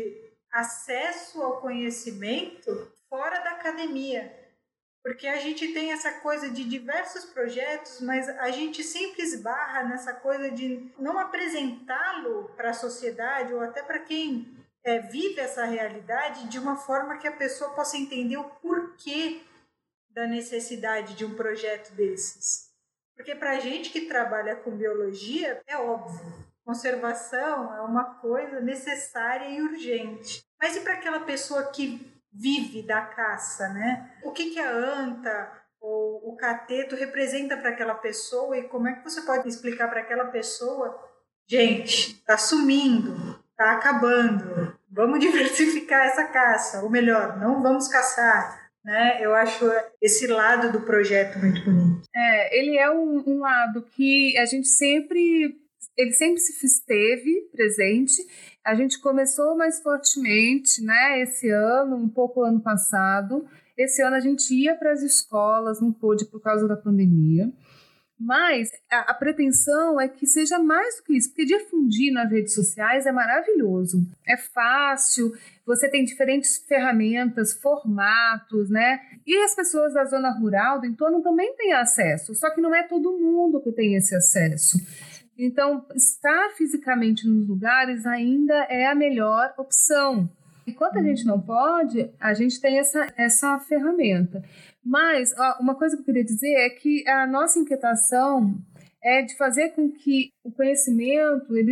acesso ao conhecimento fora da academia. Porque a gente tem essa coisa de diversos projetos, mas a gente sempre esbarra nessa coisa de não apresentá-lo para a sociedade ou até para quem é, vive essa realidade de uma forma que a pessoa possa entender o porquê da necessidade de um projeto desses. Porque para a gente que trabalha com biologia, é óbvio, conservação é uma coisa necessária e urgente. Mas e para aquela pessoa que vive da caça, né? O que, que a anta ou o cateto representa para aquela pessoa e como é que você pode explicar para aquela pessoa, gente, está sumindo, está acabando, vamos diversificar essa caça, ou melhor, não vamos caçar, né? Eu acho esse lado do projeto muito bonito. É, ele é um, um lado que a gente sempre, ele sempre se esteve presente. A gente começou mais fortemente, né, esse ano, um pouco ano passado. Esse ano a gente ia para as escolas, não pôde por causa da pandemia. Mas a, a pretensão é que seja mais do que isso, porque difundir nas redes sociais é maravilhoso. É fácil, você tem diferentes ferramentas, formatos, né? E as pessoas da zona rural, do entorno, também têm acesso, só que não é todo mundo que tem esse acesso. Então, estar fisicamente nos lugares ainda é a melhor opção. Enquanto a gente não pode, a gente tem essa, essa ferramenta. Mas ó, uma coisa que eu queria dizer é que a nossa inquietação é de fazer com que o conhecimento ele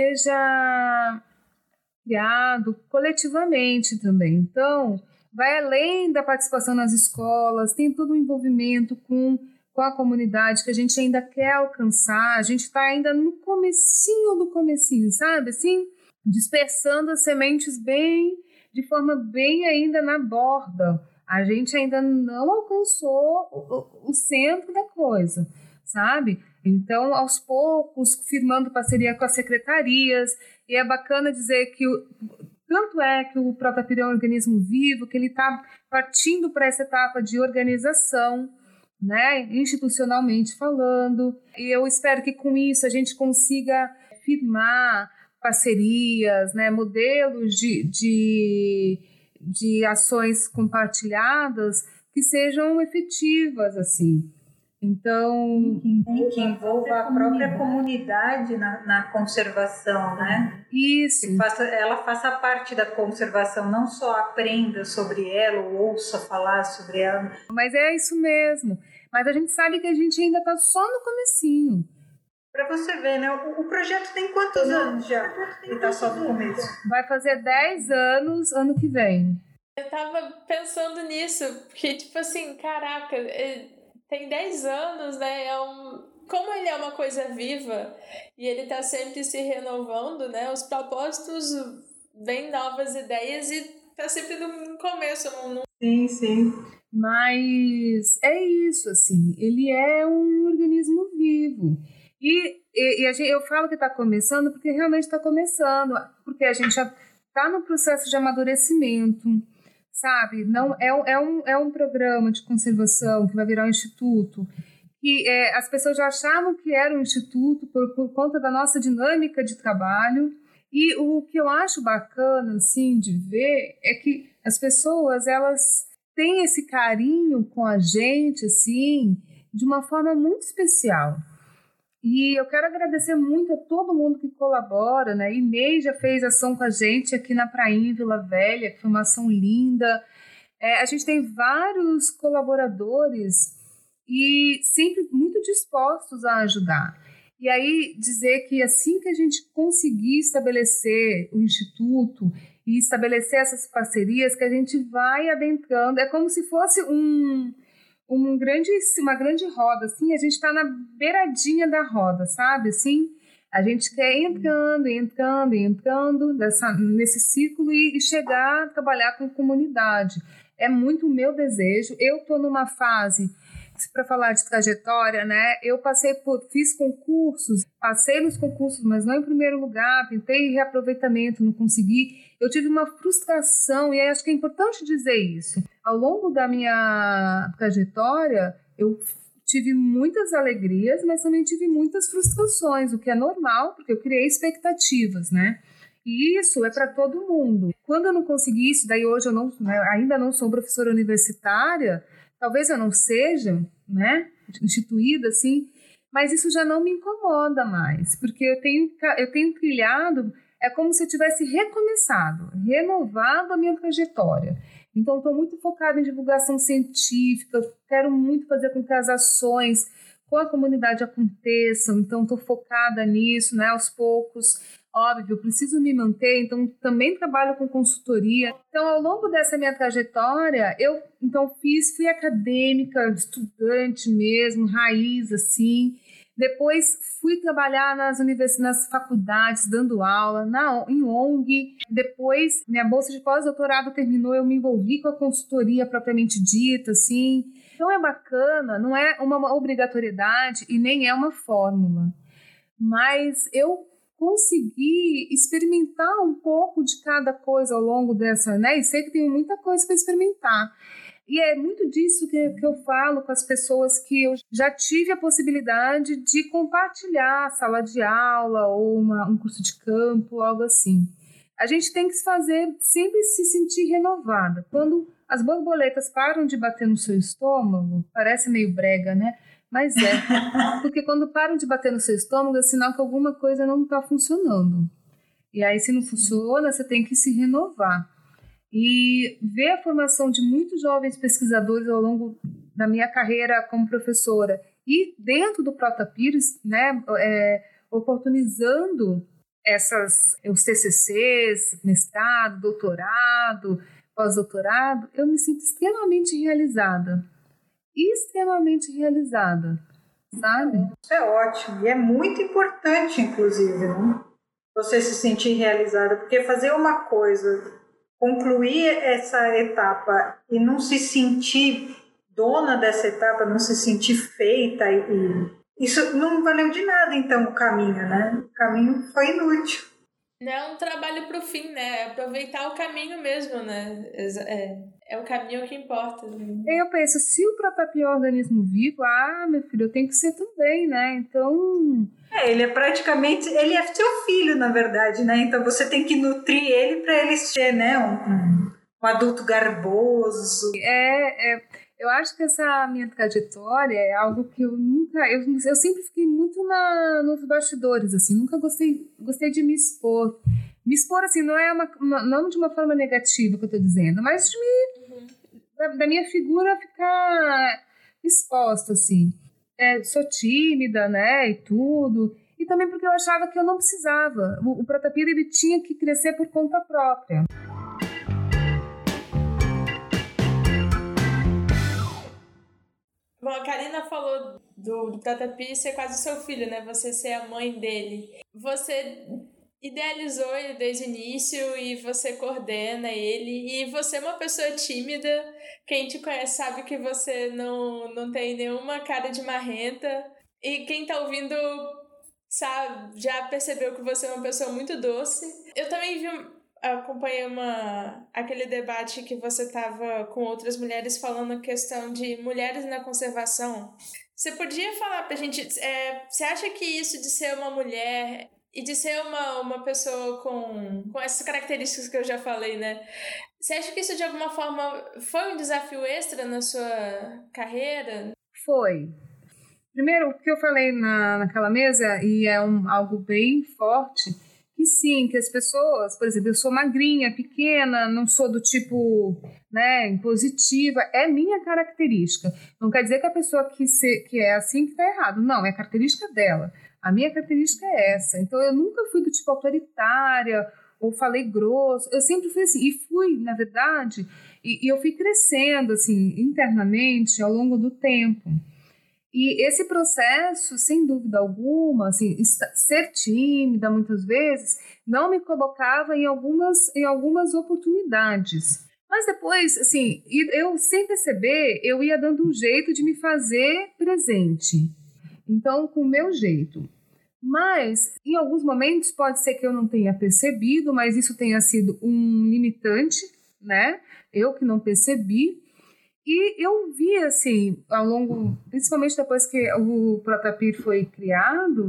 seja criado coletivamente também. Então, vai além da participação nas escolas, tem todo um envolvimento com... com a comunidade que a gente ainda quer alcançar, a gente está ainda no comecinho do comecinho, sabe? Assim, dispersando as sementes bem, de forma bem ainda na borda. A gente ainda não alcançou o, o centro da coisa, sabe? Então, aos poucos, firmando parceria com as secretarias, e é bacana dizer que... O, tanto é que o Protapiri é um organismo vivo, que ele está partindo para essa etapa de organização, né, institucionalmente falando, e eu espero que com isso a gente consiga firmar parcerias, né, modelos de, de, de ações compartilhadas que sejam efetivas, assim. Então... E que envolva a própria comunidade na, na conservação, né? Isso. Que faça, ela faça parte da conservação, não só aprenda sobre ela ou ouça falar sobre ela. Mas é isso mesmo. Mas a gente sabe que a gente ainda está só no comecinho. Para você ver, né? O, o projeto tem quantos Não. anos já? Ele está só no começo. Vai fazer dez anos ano que vem. Eu tava pensando nisso, porque, tipo assim, caraca... É... Tem dez anos, né? É um... Como ele é uma coisa viva e ele tá sempre se renovando, né? Os propósitos vêm novas ideias e tá sempre no começo. Não... Sim, sim. Mas é isso, assim. Ele é um organismo vivo. E, e, e a gente, eu falo que tá começando porque realmente tá começando. Porque a gente já tá no processo de amadurecimento. Sabe, não, é, é, um, é um programa de conservação que vai virar um instituto, que é, as pessoas já achavam que era um instituto por, por conta da nossa dinâmica de trabalho, e o que eu acho bacana, assim, de ver é que as pessoas, elas têm esse carinho com a gente, assim, de uma forma muito especial. E eu quero agradecer muito a todo mundo que colabora, né? Inês já fez ação com a gente aqui na Prainha, em Vila Velha, que foi uma ação linda. É, a gente tem vários colaboradores e sempre muito dispostos a ajudar. E aí dizer que assim que a gente conseguir estabelecer o Instituto e estabelecer essas parcerias, que a gente vai adentrando, é como se fosse um... Um grande, uma grande roda, assim, a gente está na beiradinha da roda, sabe, assim, a gente quer ir entrando, entrando, entrando dessa, nesse ciclo e, e chegar a trabalhar com comunidade, é muito o meu desejo. Eu estou numa fase, para falar de trajetória, né, eu passei por, fiz concursos, passei nos concursos, mas não em primeiro lugar, tentei reaproveitamento, não consegui, eu tive uma frustração, e acho que é importante dizer isso. Ao longo da minha trajetória, eu tive muitas alegrias, mas também tive muitas frustrações, o que é normal, porque eu criei expectativas, né? E isso é para todo mundo. Quando eu não consegui isso, daí hoje eu não, né, ainda não sou professora universitária, talvez eu não seja, né, instituída assim, mas isso já não me incomoda mais, porque eu tenho, eu tenho trilhado, é como se eu tivesse recomeçado, renovado a minha trajetória. Então, estou muito focada em divulgação científica, quero muito fazer com que as ações com a comunidade aconteçam, então estou focada nisso, né, aos poucos. Óbvio, eu preciso me manter, então também trabalho com consultoria. Então, ao longo dessa minha trajetória, eu então fiz, fui acadêmica, estudante mesmo, raiz, assim. Depois fui trabalhar nas universidades, nas faculdades, dando aula, na, em O N G. Depois, minha bolsa de pós-doutorado terminou, eu me envolvi com a consultoria propriamente dita, assim. Então é bacana, não é uma obrigatoriedade e nem é uma fórmula. Mas eu consegui experimentar um pouco de cada coisa ao longo dessa, né? E sei que tem muita coisa para experimentar. E é muito disso que, que eu falo com as pessoas que eu já tive a possibilidade de compartilhar sala de aula ou uma, um curso de campo, algo assim. A gente tem que se fazer, sempre se sentir renovada. Quando as borboletas param de bater no seu estômago, parece meio brega, né? Mas é, porque quando param de bater no seu estômago é sinal que alguma coisa não está funcionando. E aí, se não funciona, você tem que se renovar. E ver a formação de muitos jovens pesquisadores ao longo da minha carreira como professora e dentro do Protapires, né, é, oportunizando essas, os T C Cs, mestrado, doutorado, pós-doutorado, eu me sinto extremamente realizada. extremamente realizada, sabe? Isso é ótimo e é muito importante, inclusive, né? Você se sentir realizada, porque fazer uma coisa, concluir essa etapa e não se sentir dona dessa etapa, não se sentir feita, e isso não valeu de nada, então, o caminho, né? O caminho foi inútil. Não é um trabalho pro fim, né? É aproveitar o caminho mesmo, né? É, é o caminho que importa. Eu penso, se o Protapir é um organismo vivo, ah, meu filho, eu tenho que ser também, né? Então... É, ele é praticamente... Ele é seu filho, na verdade, né? Então você tem que nutrir ele para ele ser, né? Um, um, um adulto garboso. É, é... Eu acho que essa minha trajetória é algo que eu nunca... Eu, eu sempre fiquei muito na, nos bastidores, assim. Nunca gostei, gostei de me expor. Me expor, assim, não é uma, não de uma forma negativa que eu estou dizendo, mas de me, uhum. da, da minha figura ficar exposta, assim. É, sou tímida, né, e tudo. E também porque eu achava que eu não precisava. O, o Protapir, ele tinha que crescer por conta própria. Bom, a Karina falou do, do Protapir ser quase seu filho, né? Você ser a mãe dele. Você idealizou ele desde o início e você coordena ele. E você é uma pessoa tímida. Quem te conhece sabe que você não, não tem nenhuma cara de marrenta. E quem tá ouvindo sabe, já percebeu que você é uma pessoa muito doce. Eu também vi... acompanhei uma, aquele debate que você estava com outras mulheres falando a questão de mulheres na conservação. Você podia falar pra gente, é, você acha que isso de ser uma mulher e de ser uma, uma pessoa com, com essas características que eu já falei, né? Você acha que isso de alguma forma foi um desafio extra na sua carreira? Foi. Primeiro, o que eu falei na, naquela mesa, e é um, algo bem forte, que sim, que as pessoas, por exemplo, eu sou magrinha, pequena, não sou do tipo, né, impositiva, é minha característica. Não quer dizer que a pessoa que, se, que é assim que está errado. Não, é a característica dela. A minha característica é essa. Então, eu nunca fui do tipo autoritária ou falei grosso. Eu sempre fui assim. E fui, na verdade, e, e eu fui crescendo, assim, internamente ao longo do tempo. E esse processo, sem dúvida alguma, assim, ser tímida muitas vezes, não me colocava em algumas, em algumas oportunidades. Mas depois, assim, eu sem perceber, eu ia dando um jeito de me fazer presente. Então, com o meu jeito. Mas, em alguns momentos, pode ser que eu não tenha percebido, mas isso tenha sido um limitante, né? Eu que não percebi. E eu vi, assim, ao longo, principalmente depois que o Protapir foi criado,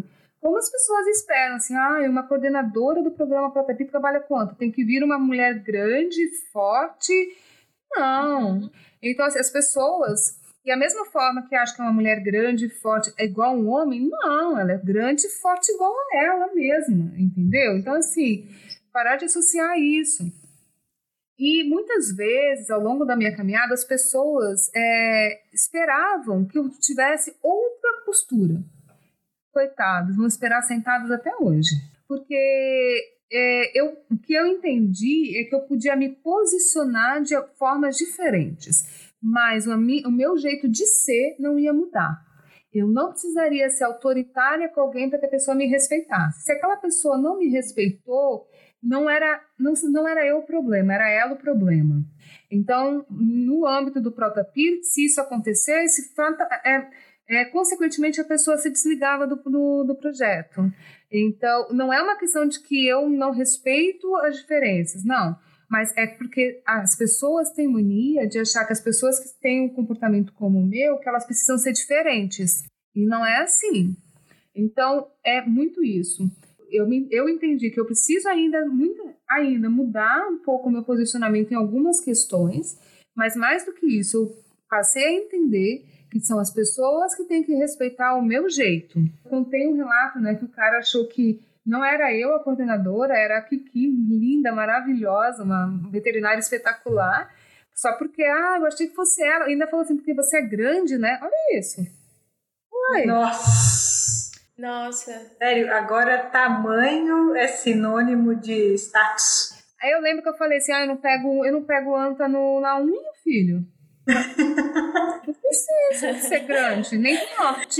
como as pessoas esperam, assim, ah, uma coordenadora do programa Protapito trabalha quanto? Tem que vir uma mulher grande, forte? Não. Uhum. Então, assim, as pessoas, e a mesma forma que acham que uma mulher grande e forte é igual a um homem, não, ela é grande e forte igual a ela mesma, entendeu? Então, assim, parar de associar isso. E muitas vezes, ao longo da minha caminhada, as pessoas é, esperavam que eu tivesse outra postura. Coitados, vão esperar sentados até hoje. Porque é, eu, o que eu entendi é que eu podia me posicionar de formas diferentes, mas o, o meu jeito de ser não ia mudar. Eu não precisaria ser autoritária com alguém para que a pessoa me respeitasse. Se aquela pessoa não me respeitou, não era, não, não era eu o problema, era ela o problema. Então, no âmbito do Protapir, se isso acontecesse, é, é, consequentemente a pessoa se desligava do, do, do projeto. Então, não é uma questão de que eu não respeito as diferenças, não. Mas é porque as pessoas têm mania de achar que as pessoas que têm um comportamento como o meu, que elas precisam ser diferentes. E não é assim. Então, é muito isso. Eu, me, eu entendi que eu preciso ainda, muito, ainda mudar um pouco o meu posicionamento em algumas questões, mas mais do que isso, eu passei a entender que são as pessoas que têm que respeitar o meu jeito. Eu contei um relato, né, que o cara achou que não era eu a coordenadora, era a Kiki, linda, maravilhosa, uma veterinária espetacular, só porque, ah, eu achei que fosse ela. E ainda falou assim, porque você é grande, né? Olha isso. Uai. Nossa. Nossa. Sério, agora tamanho é sinônimo de status. Aí eu lembro que eu falei assim, ah, eu não pego, eu não pego anta no, na unha, filho. Não precisa de ser grande, nem forte.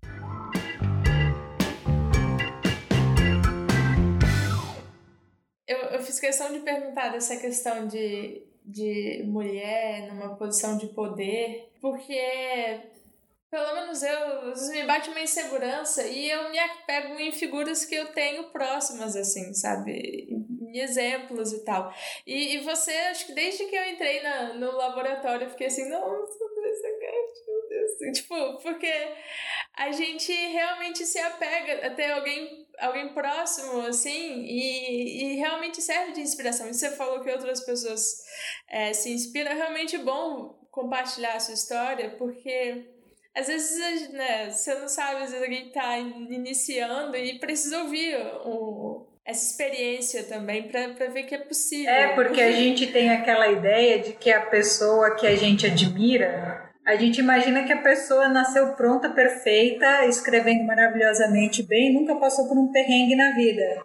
Eu, eu fiz questão de perguntar dessa questão de, de mulher numa posição de poder, porque pelo menos eu, às vezes me bate uma insegurança e eu me apego em figuras que eu tenho próximas, assim, sabe? Em exemplos e tal. E, e você, acho que desde que eu entrei na, no laboratório, eu fiquei assim, nossa, Andressa Gatti, meu Deus. Assim, tipo, porque a gente realmente se apega a ter alguém, alguém próximo, assim, e, e realmente serve de inspiração. E você falou que outras pessoas é, se inspiram. É realmente bom compartilhar a sua história, porque às vezes, né, você não sabe, às vezes alguém tá iniciando e precisa ouvir o, essa experiência também para para ver que é possível. É, porque a gente tem aquela ideia de que a pessoa que a gente admira, a gente imagina que a pessoa nasceu pronta, perfeita, escrevendo maravilhosamente bem, nunca passou por um perrengue na vida.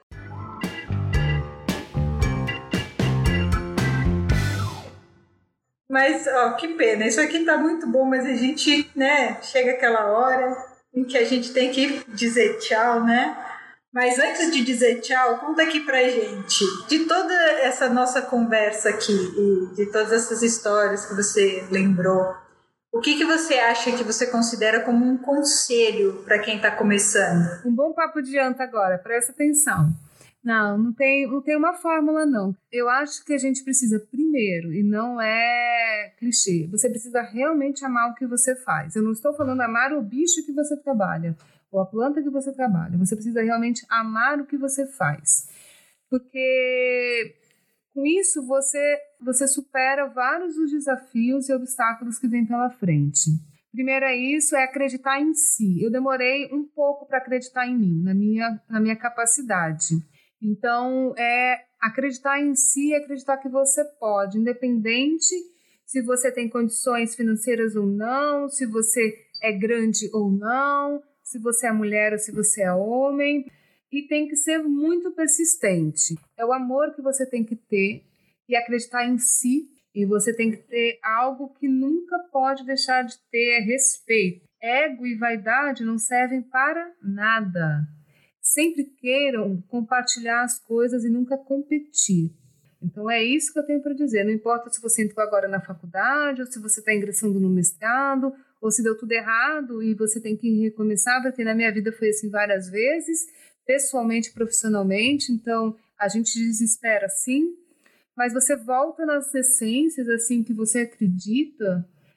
Mas, ó, que pena, isso aqui tá muito bom, mas a gente, né, chega aquela hora em que a gente tem que dizer tchau, né? Mas antes de dizer tchau, conta aqui pra gente, de toda essa nossa conversa aqui e de todas essas histórias que você lembrou, o que, que você acha que você considera como um conselho para quem tá começando? Um bom papo de anta agora, presta atenção. Não, não tem, não tem uma fórmula, não. Eu acho que a gente precisa, primeiro, e não é clichê, você precisa realmente amar o que você faz. Eu não estou falando amar o bicho que você trabalha, ou a planta que você trabalha. Você precisa realmente amar o que você faz. Porque com isso você, você supera vários dos desafios e obstáculos que vêm pela frente. Primeiro é isso, é acreditar em si. Eu demorei um pouco para acreditar em mim, na minha, na minha capacidade. Então, é acreditar em si e acreditar que você pode, independente se você tem condições financeiras ou não, se você é grande ou não, se você é mulher ou se você é homem. E tem que ser muito persistente. É o amor que você tem que ter e acreditar em si. E você tem que ter algo que nunca pode deixar de ter, é respeito. Ego e vaidade não servem para nada. Sempre queiram compartilhar as coisas e nunca competir. Então é isso que eu tenho para dizer. Não importa se você entrou agora na faculdade, ou se você está ingressando no mestrado, ou se deu tudo errado e você tem que recomeçar, porque na minha vida foi assim várias vezes, pessoalmente e profissionalmente. Então a gente desespera sim, mas você volta nas essências assim que você acredita,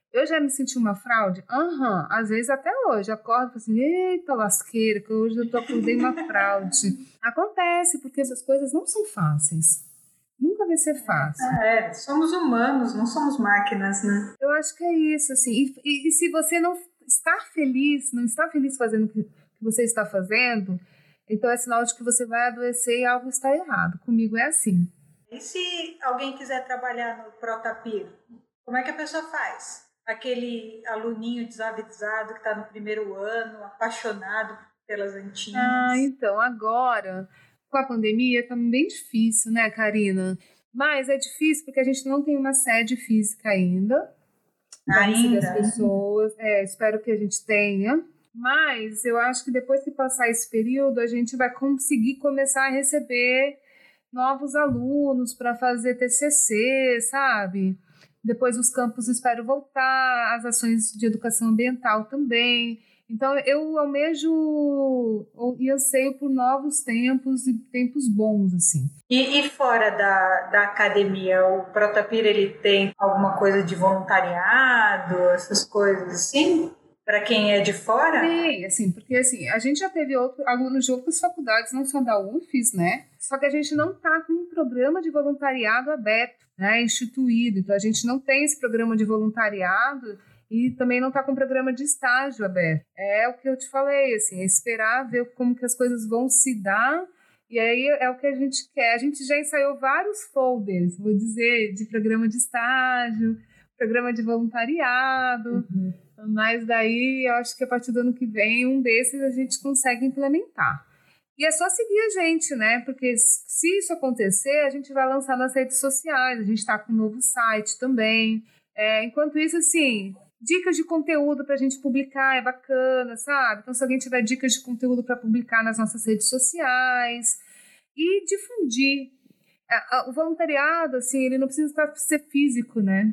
Eu já me senti uma fraude? Aham, uhum. Às vezes até hoje. Acordo e falo assim, eita lasqueira, que hoje eu tô acordei uma fraude. Acontece, porque essas coisas não são fáceis. Nunca vai ser fácil. É, somos humanos, não somos máquinas, né? Eu acho que é isso, assim. E, e, e se você não está feliz, não está feliz fazendo o que, que você está fazendo, então é sinal de que você vai adoecer e algo está errado. Comigo é assim. E se alguém quiser trabalhar no Protapir, como é que a pessoa faz? Aquele aluninho desavisado que está no primeiro ano, apaixonado pelas antigas. Ah, então, agora, com a pandemia, está bem difícil, né, Karina? Mas é difícil porque a gente não tem uma sede física ainda. Ainda? Das pessoas. É, espero que a gente tenha. Mas eu acho que depois que passar esse período, a gente vai conseguir começar a receber novos alunos para fazer T C C, sabe? Depois os campos espero voltar, as ações de educação ambiental também. Então eu almejo e anseio por novos tempos e tempos bons, assim. E, e fora da, da academia, o Protapir, ele tem alguma coisa de voluntariado, essas coisas assim? Para quem é de fora? Sim, assim, porque assim, a gente já teve outro, alunos de outras faculdades, não só da U F E S, né? Só que a gente não está com um programa de voluntariado aberto, né, instituído. Então a gente não tem esse programa de voluntariado e também não está com um programa de estágio aberto. É o que eu te falei, assim, é esperar ver como que as coisas vão se dar. E aí é o que a gente quer. A gente já ensaiou vários folders, vou dizer, de programa de estágio, programa de voluntariado. Uhum. Mas daí eu acho que a partir do ano que vem um desses a gente consegue implementar. E é só seguir a gente, né? Porque se isso acontecer, a gente vai lançar nas redes sociais. A gente está com um novo site também. É, enquanto isso, assim, dicas de conteúdo para a gente publicar é bacana, sabe? Então, se alguém tiver dicas de conteúdo para publicar nas nossas redes sociais e difundir. O voluntariado, assim, ele não precisa ser físico, né?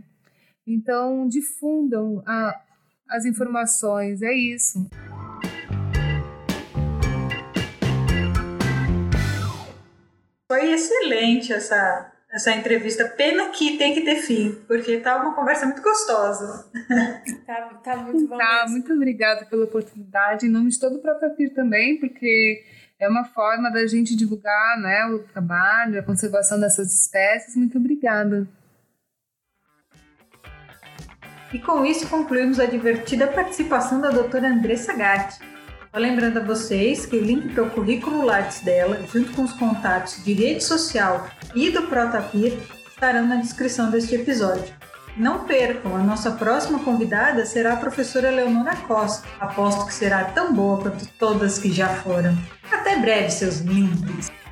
Então, difundam a, as informações, é isso. Foi excelente essa, essa entrevista. Pena que tem que ter fim, porque tá uma conversa muito gostosa. Tá, tá muito bom. Tá, mesmo. Muito obrigada pela oportunidade, em nome de todo o Protapir também, porque é uma forma da gente divulgar, né, o trabalho, a conservação dessas espécies. Muito obrigada. E com isso concluímos a divertida participação da doutora Andressa Gatti. Só lembrando a vocês que o link para o currículo Lattes dela, junto com os contatos de rede social e do Protapir, estarão na descrição deste episódio. Não percam, a nossa próxima convidada será a professora Leonora Costa. Aposto que será tão boa quanto todas que já foram. Até breve, seus lindos!